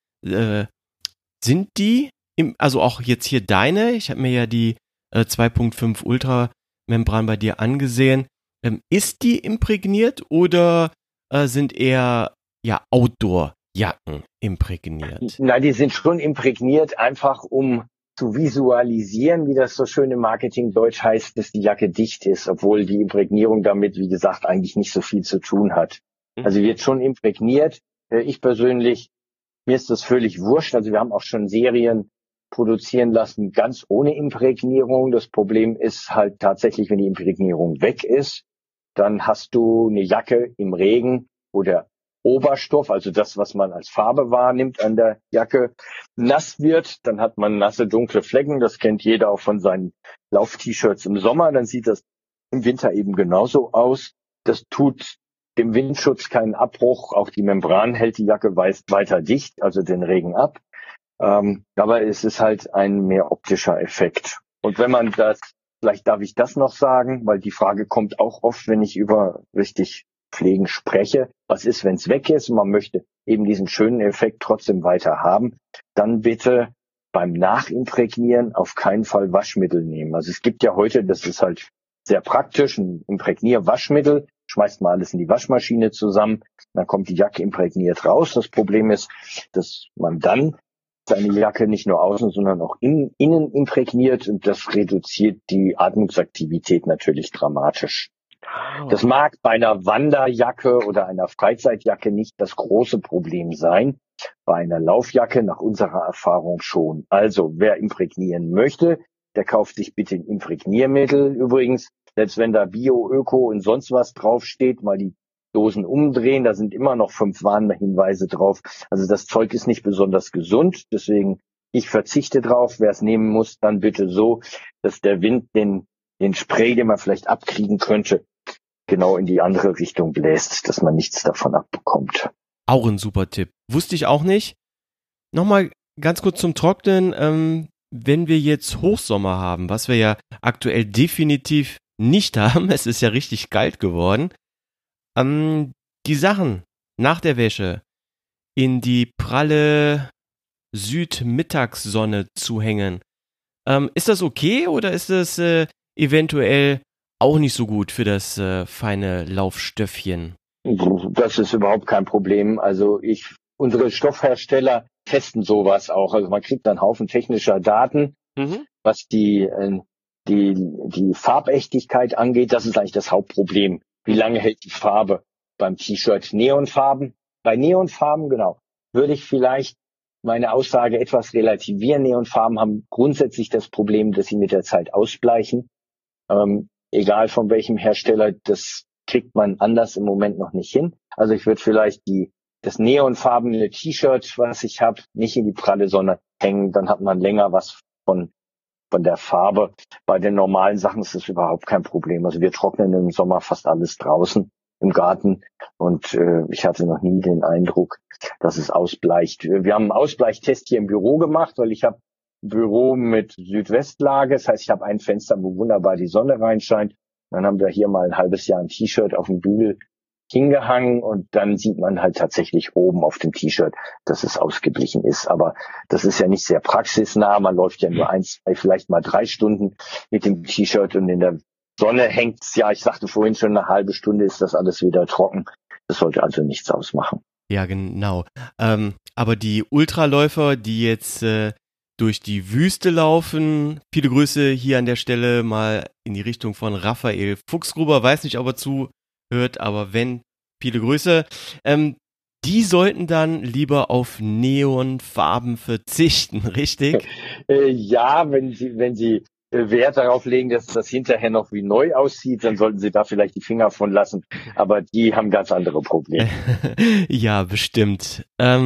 Sind die, also auch jetzt hier deine, ich habe mir ja die 2.5 Ultra Membran bei dir angesehen, ist die imprägniert oder sind eher Outdoor-Jacken imprägniert? Nein, die sind schon imprägniert, einfach um zu visualisieren, wie das so schön im Marketing-Deutsch heißt, dass die Jacke dicht ist, obwohl die Imprägnierung damit, wie gesagt, eigentlich nicht so viel zu tun hat. Also wird schon imprägniert. Ich persönlich, mir ist das völlig wurscht. Also wir haben auch schon Serien produzieren lassen, ganz ohne Imprägnierung. Das Problem ist halt tatsächlich, wenn die Imprägnierung weg ist, dann hast du eine Jacke im Regen, wo der Oberstoff, also das, was man als Farbe wahrnimmt an der Jacke, nass wird. Dann hat man nasse, dunkle Flecken. Das kennt jeder auch von seinen Lauf-T-Shirts im Sommer. Dann sieht das im Winter eben genauso aus. Das tut dem Windschutz keinen Abbruch. Auch die Membran hält die Jacke weiter dicht, also den Regen ab. Aber es ist halt ein mehr optischer Effekt. Und wenn man das, vielleicht darf ich das noch sagen, weil die Frage kommt auch oft, wenn ich über richtig Pflegen spreche. Was ist, wenn es weg ist und man möchte eben diesen schönen Effekt trotzdem weiter haben? Dann bitte beim Nachimprägnieren auf keinen Fall Waschmittel nehmen. Also es gibt ja heute, das ist halt sehr praktisch, ein Imprägnierwaschmittel, schmeißt man alles in die Waschmaschine zusammen, dann kommt die Jacke imprägniert raus. Das Problem ist, dass man dann seine Jacke nicht nur außen, sondern auch innen imprägniert und das reduziert die Atmungsaktivität natürlich dramatisch. Das mag bei einer Wanderjacke oder einer Freizeitjacke nicht das große Problem sein, bei einer Laufjacke nach unserer Erfahrung schon. Also wer imprägnieren möchte, der kauft sich bitte ein Imprägniermittel. Übrigens, selbst wenn da Bio, Öko und sonst was draufsteht, mal die Dosen umdrehen, da sind immer noch 5 Warnhinweise drauf. Also das Zeug ist nicht besonders gesund, deswegen ich verzichte drauf. Wer es nehmen muss, dann bitte so, dass der Wind den Spray, den man vielleicht abkriegen könnte, genau in die andere Richtung bläst, dass man nichts davon abbekommt. Auch ein super Tipp. Wusste ich auch nicht. Nochmal ganz kurz zum Trocknen. Wenn wir jetzt Hochsommer haben, was wir ja aktuell definitiv nicht haben, es ist ja richtig kalt geworden, die Sachen nach der Wäsche in die pralle Südmittagssonne zu hängen, ist das okay oder ist das eventuell auch nicht so gut für das feine Laufstöffchen? Das ist überhaupt kein Problem. Also unsere Stoffhersteller testen sowas auch. Also man kriegt einen Haufen technischer Daten, was die Farbechtigkeit angeht. Das ist eigentlich das Hauptproblem. Wie lange hält die Farbe beim T-Shirt? Neonfarben? Bei Neonfarben, genau, würde ich vielleicht meine Aussage etwas relativieren. Neonfarben haben grundsätzlich das Problem, dass sie mit der Zeit ausbleichen. Egal von welchem Hersteller, das kriegt man anders im Moment noch nicht hin. Also ich würde vielleicht das neonfarbene T-Shirt, was ich habe, nicht in die pralle Sonne hängen. Dann hat man länger was von der Farbe. Bei den normalen Sachen ist das überhaupt kein Problem. Also wir trocknen im Sommer fast alles draußen im Garten und ich hatte noch nie den Eindruck, dass es ausbleicht. Wir haben einen Ausbleichtest hier im Büro gemacht, weil ich habe ein Büro mit Südwestlage. Das heißt, ich habe ein Fenster, wo wunderbar die Sonne reinscheint. Dann haben wir hier mal ein halbes Jahr ein T-Shirt auf dem Bügel hingehangen und dann sieht man halt tatsächlich oben auf dem T-Shirt, dass es ausgeblichen ist. Aber das ist ja nicht sehr praxisnah. Man läuft ja nur 1, 2, vielleicht mal 3 Stunden mit dem T-Shirt und in der Sonne hängt's ja, ich sagte vorhin schon, eine halbe Stunde ist das alles wieder trocken. Das sollte also nichts ausmachen. Ja, genau. Aber die Ultraläufer, die jetzt durch die Wüste laufen, viele Grüße hier an der Stelle mal in die Richtung von Raphael Fuchsgruber, weiß nicht, ob er zuhört, aber wenn, viele Grüße. Die sollten dann lieber auf Neonfarben verzichten, richtig? Ja, wenn Sie Wert darauf legen, dass das hinterher noch wie neu aussieht, dann sollten Sie da vielleicht die Finger von lassen. Aber die haben ganz andere Probleme. Ja, bestimmt.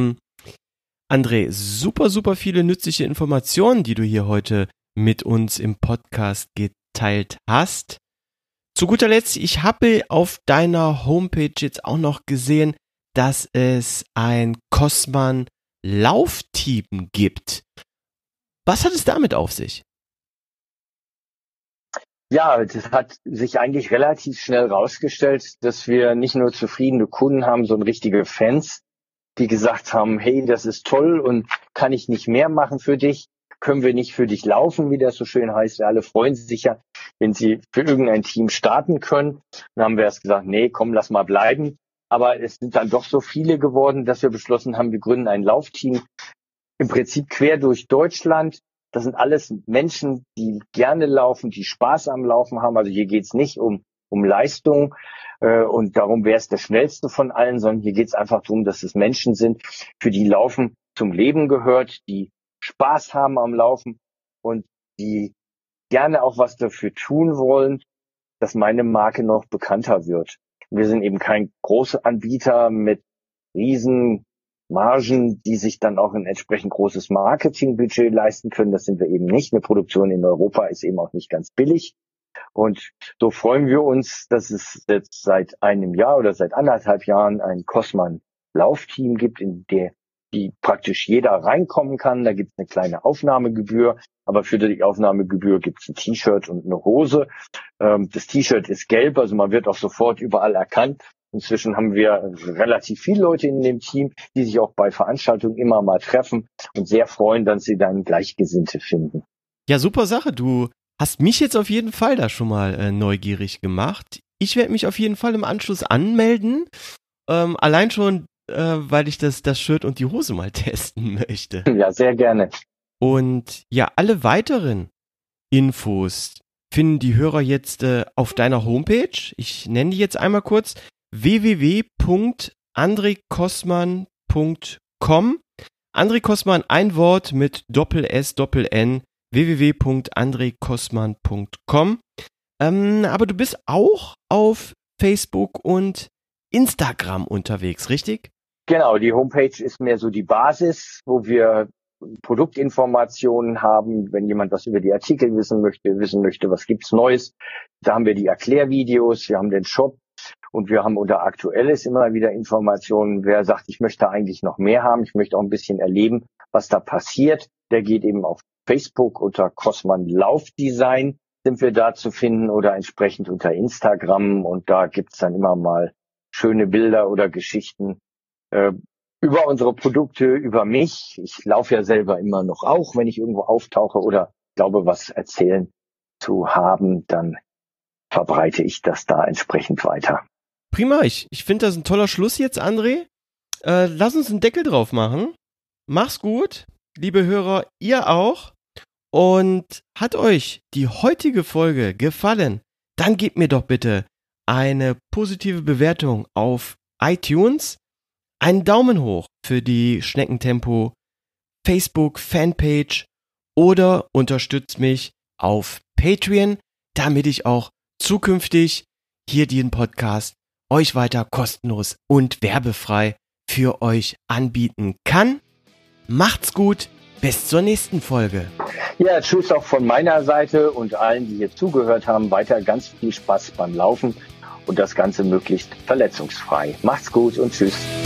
André, super, super viele nützliche Informationen, die du hier heute mit uns im Podcast geteilt hast. Zu guter Letzt, ich habe auf deiner Homepage jetzt auch noch gesehen, dass es ein Cosman Laufteam gibt. Was hat es damit auf sich? Ja, das hat sich eigentlich relativ schnell rausgestellt, dass wir nicht nur zufriedene Kunden haben, sondern richtige Fans, die gesagt haben, hey, das ist toll und kann ich nicht mehr machen für dich? Können wir nicht für dich laufen, wie das so schön heißt? Wir alle freuen sich ja, wenn sie für irgendein Team starten können. Dann haben wir erst gesagt, nee, komm, lass mal bleiben. Aber es sind dann doch so viele geworden, dass wir beschlossen haben, wir gründen ein Laufteam im Prinzip quer durch Deutschland. Das sind alles Menschen, die gerne laufen, die Spaß am Laufen haben. Also hier geht's nicht um Leistung und darum, wer ist der Schnellste von allen, sondern hier geht's einfach darum, dass es Menschen sind, für die Laufen zum Leben gehört, die Spaß haben am Laufen und die gerne auch was dafür tun wollen, dass meine Marke noch bekannter wird. Wir sind eben kein großer Anbieter mit riesen Margen, die sich dann auch ein entsprechend großes Marketingbudget leisten können. Das sind wir eben nicht. Eine Produktion in Europa ist eben auch nicht ganz billig. Und so freuen wir uns, dass es jetzt seit einem Jahr oder seit 1,5 Jahren ein Cosman Laufteam gibt, in die praktisch jeder reinkommen kann. Da gibt es eine kleine Aufnahmegebühr, aber für die Aufnahmegebühr gibt es ein T-Shirt und eine Hose. Das T-Shirt ist gelb, also man wird auch sofort überall erkannt. Inzwischen haben wir relativ viele Leute in dem Team, die sich auch bei Veranstaltungen immer mal treffen und sehr freuen, dass sie dann Gleichgesinnte finden. Ja, super Sache. Du hast mich jetzt auf jeden Fall da schon mal neugierig gemacht. Ich werde mich auf jeden Fall im Anschluss anmelden. Allein schon, weil ich das Shirt und die Hose mal testen möchte. Ja, sehr gerne. Und ja, alle weiteren Infos finden die Hörer jetzt auf deiner Homepage. Ich nenne die jetzt einmal kurz: www.andrekosman.com. André Kosman, ein Wort mit Doppel-S, Doppel-N, www.andrekosman.com. Aber du bist auch auf Facebook und Instagram unterwegs, richtig? Genau, die Homepage ist mehr so die Basis, wo wir Produktinformationen haben, wenn jemand was über die Artikel wissen möchte, was gibt's Neues. Da haben wir die Erklärvideos, wir haben den Shop Und wir haben unter Aktuelles immer wieder Informationen, wer sagt, ich möchte eigentlich noch mehr haben, ich möchte auch ein bisschen erleben, was da passiert. Der geht eben auf Facebook unter Kossmann Laufdesign sind wir da zu finden oder entsprechend unter Instagram. Und da gibt's dann immer mal schöne Bilder oder Geschichten über unsere Produkte, über mich. Ich laufe ja selber immer noch auch, wenn ich irgendwo auftauche oder glaube, was erzählen zu haben, dann verbreite ich das da entsprechend weiter. Prima, ich finde das ein toller Schluss jetzt, André. Lass uns einen Deckel drauf machen. Mach's gut, liebe Hörer, ihr auch. Und hat euch die heutige Folge gefallen, dann gebt mir doch bitte eine positive Bewertung auf iTunes, einen Daumen hoch für die Schneckentempo Facebook Fanpage oder unterstützt mich auf Patreon, damit ich auch zukünftig hier den Podcast euch weiter kostenlos und werbefrei für euch anbieten kann. Macht's gut, bis zur nächsten Folge. Ja, tschüss auch von meiner Seite und allen, die hier zugehört haben. Weiter ganz viel Spaß beim Laufen und das Ganze möglichst verletzungsfrei. Macht's gut und tschüss.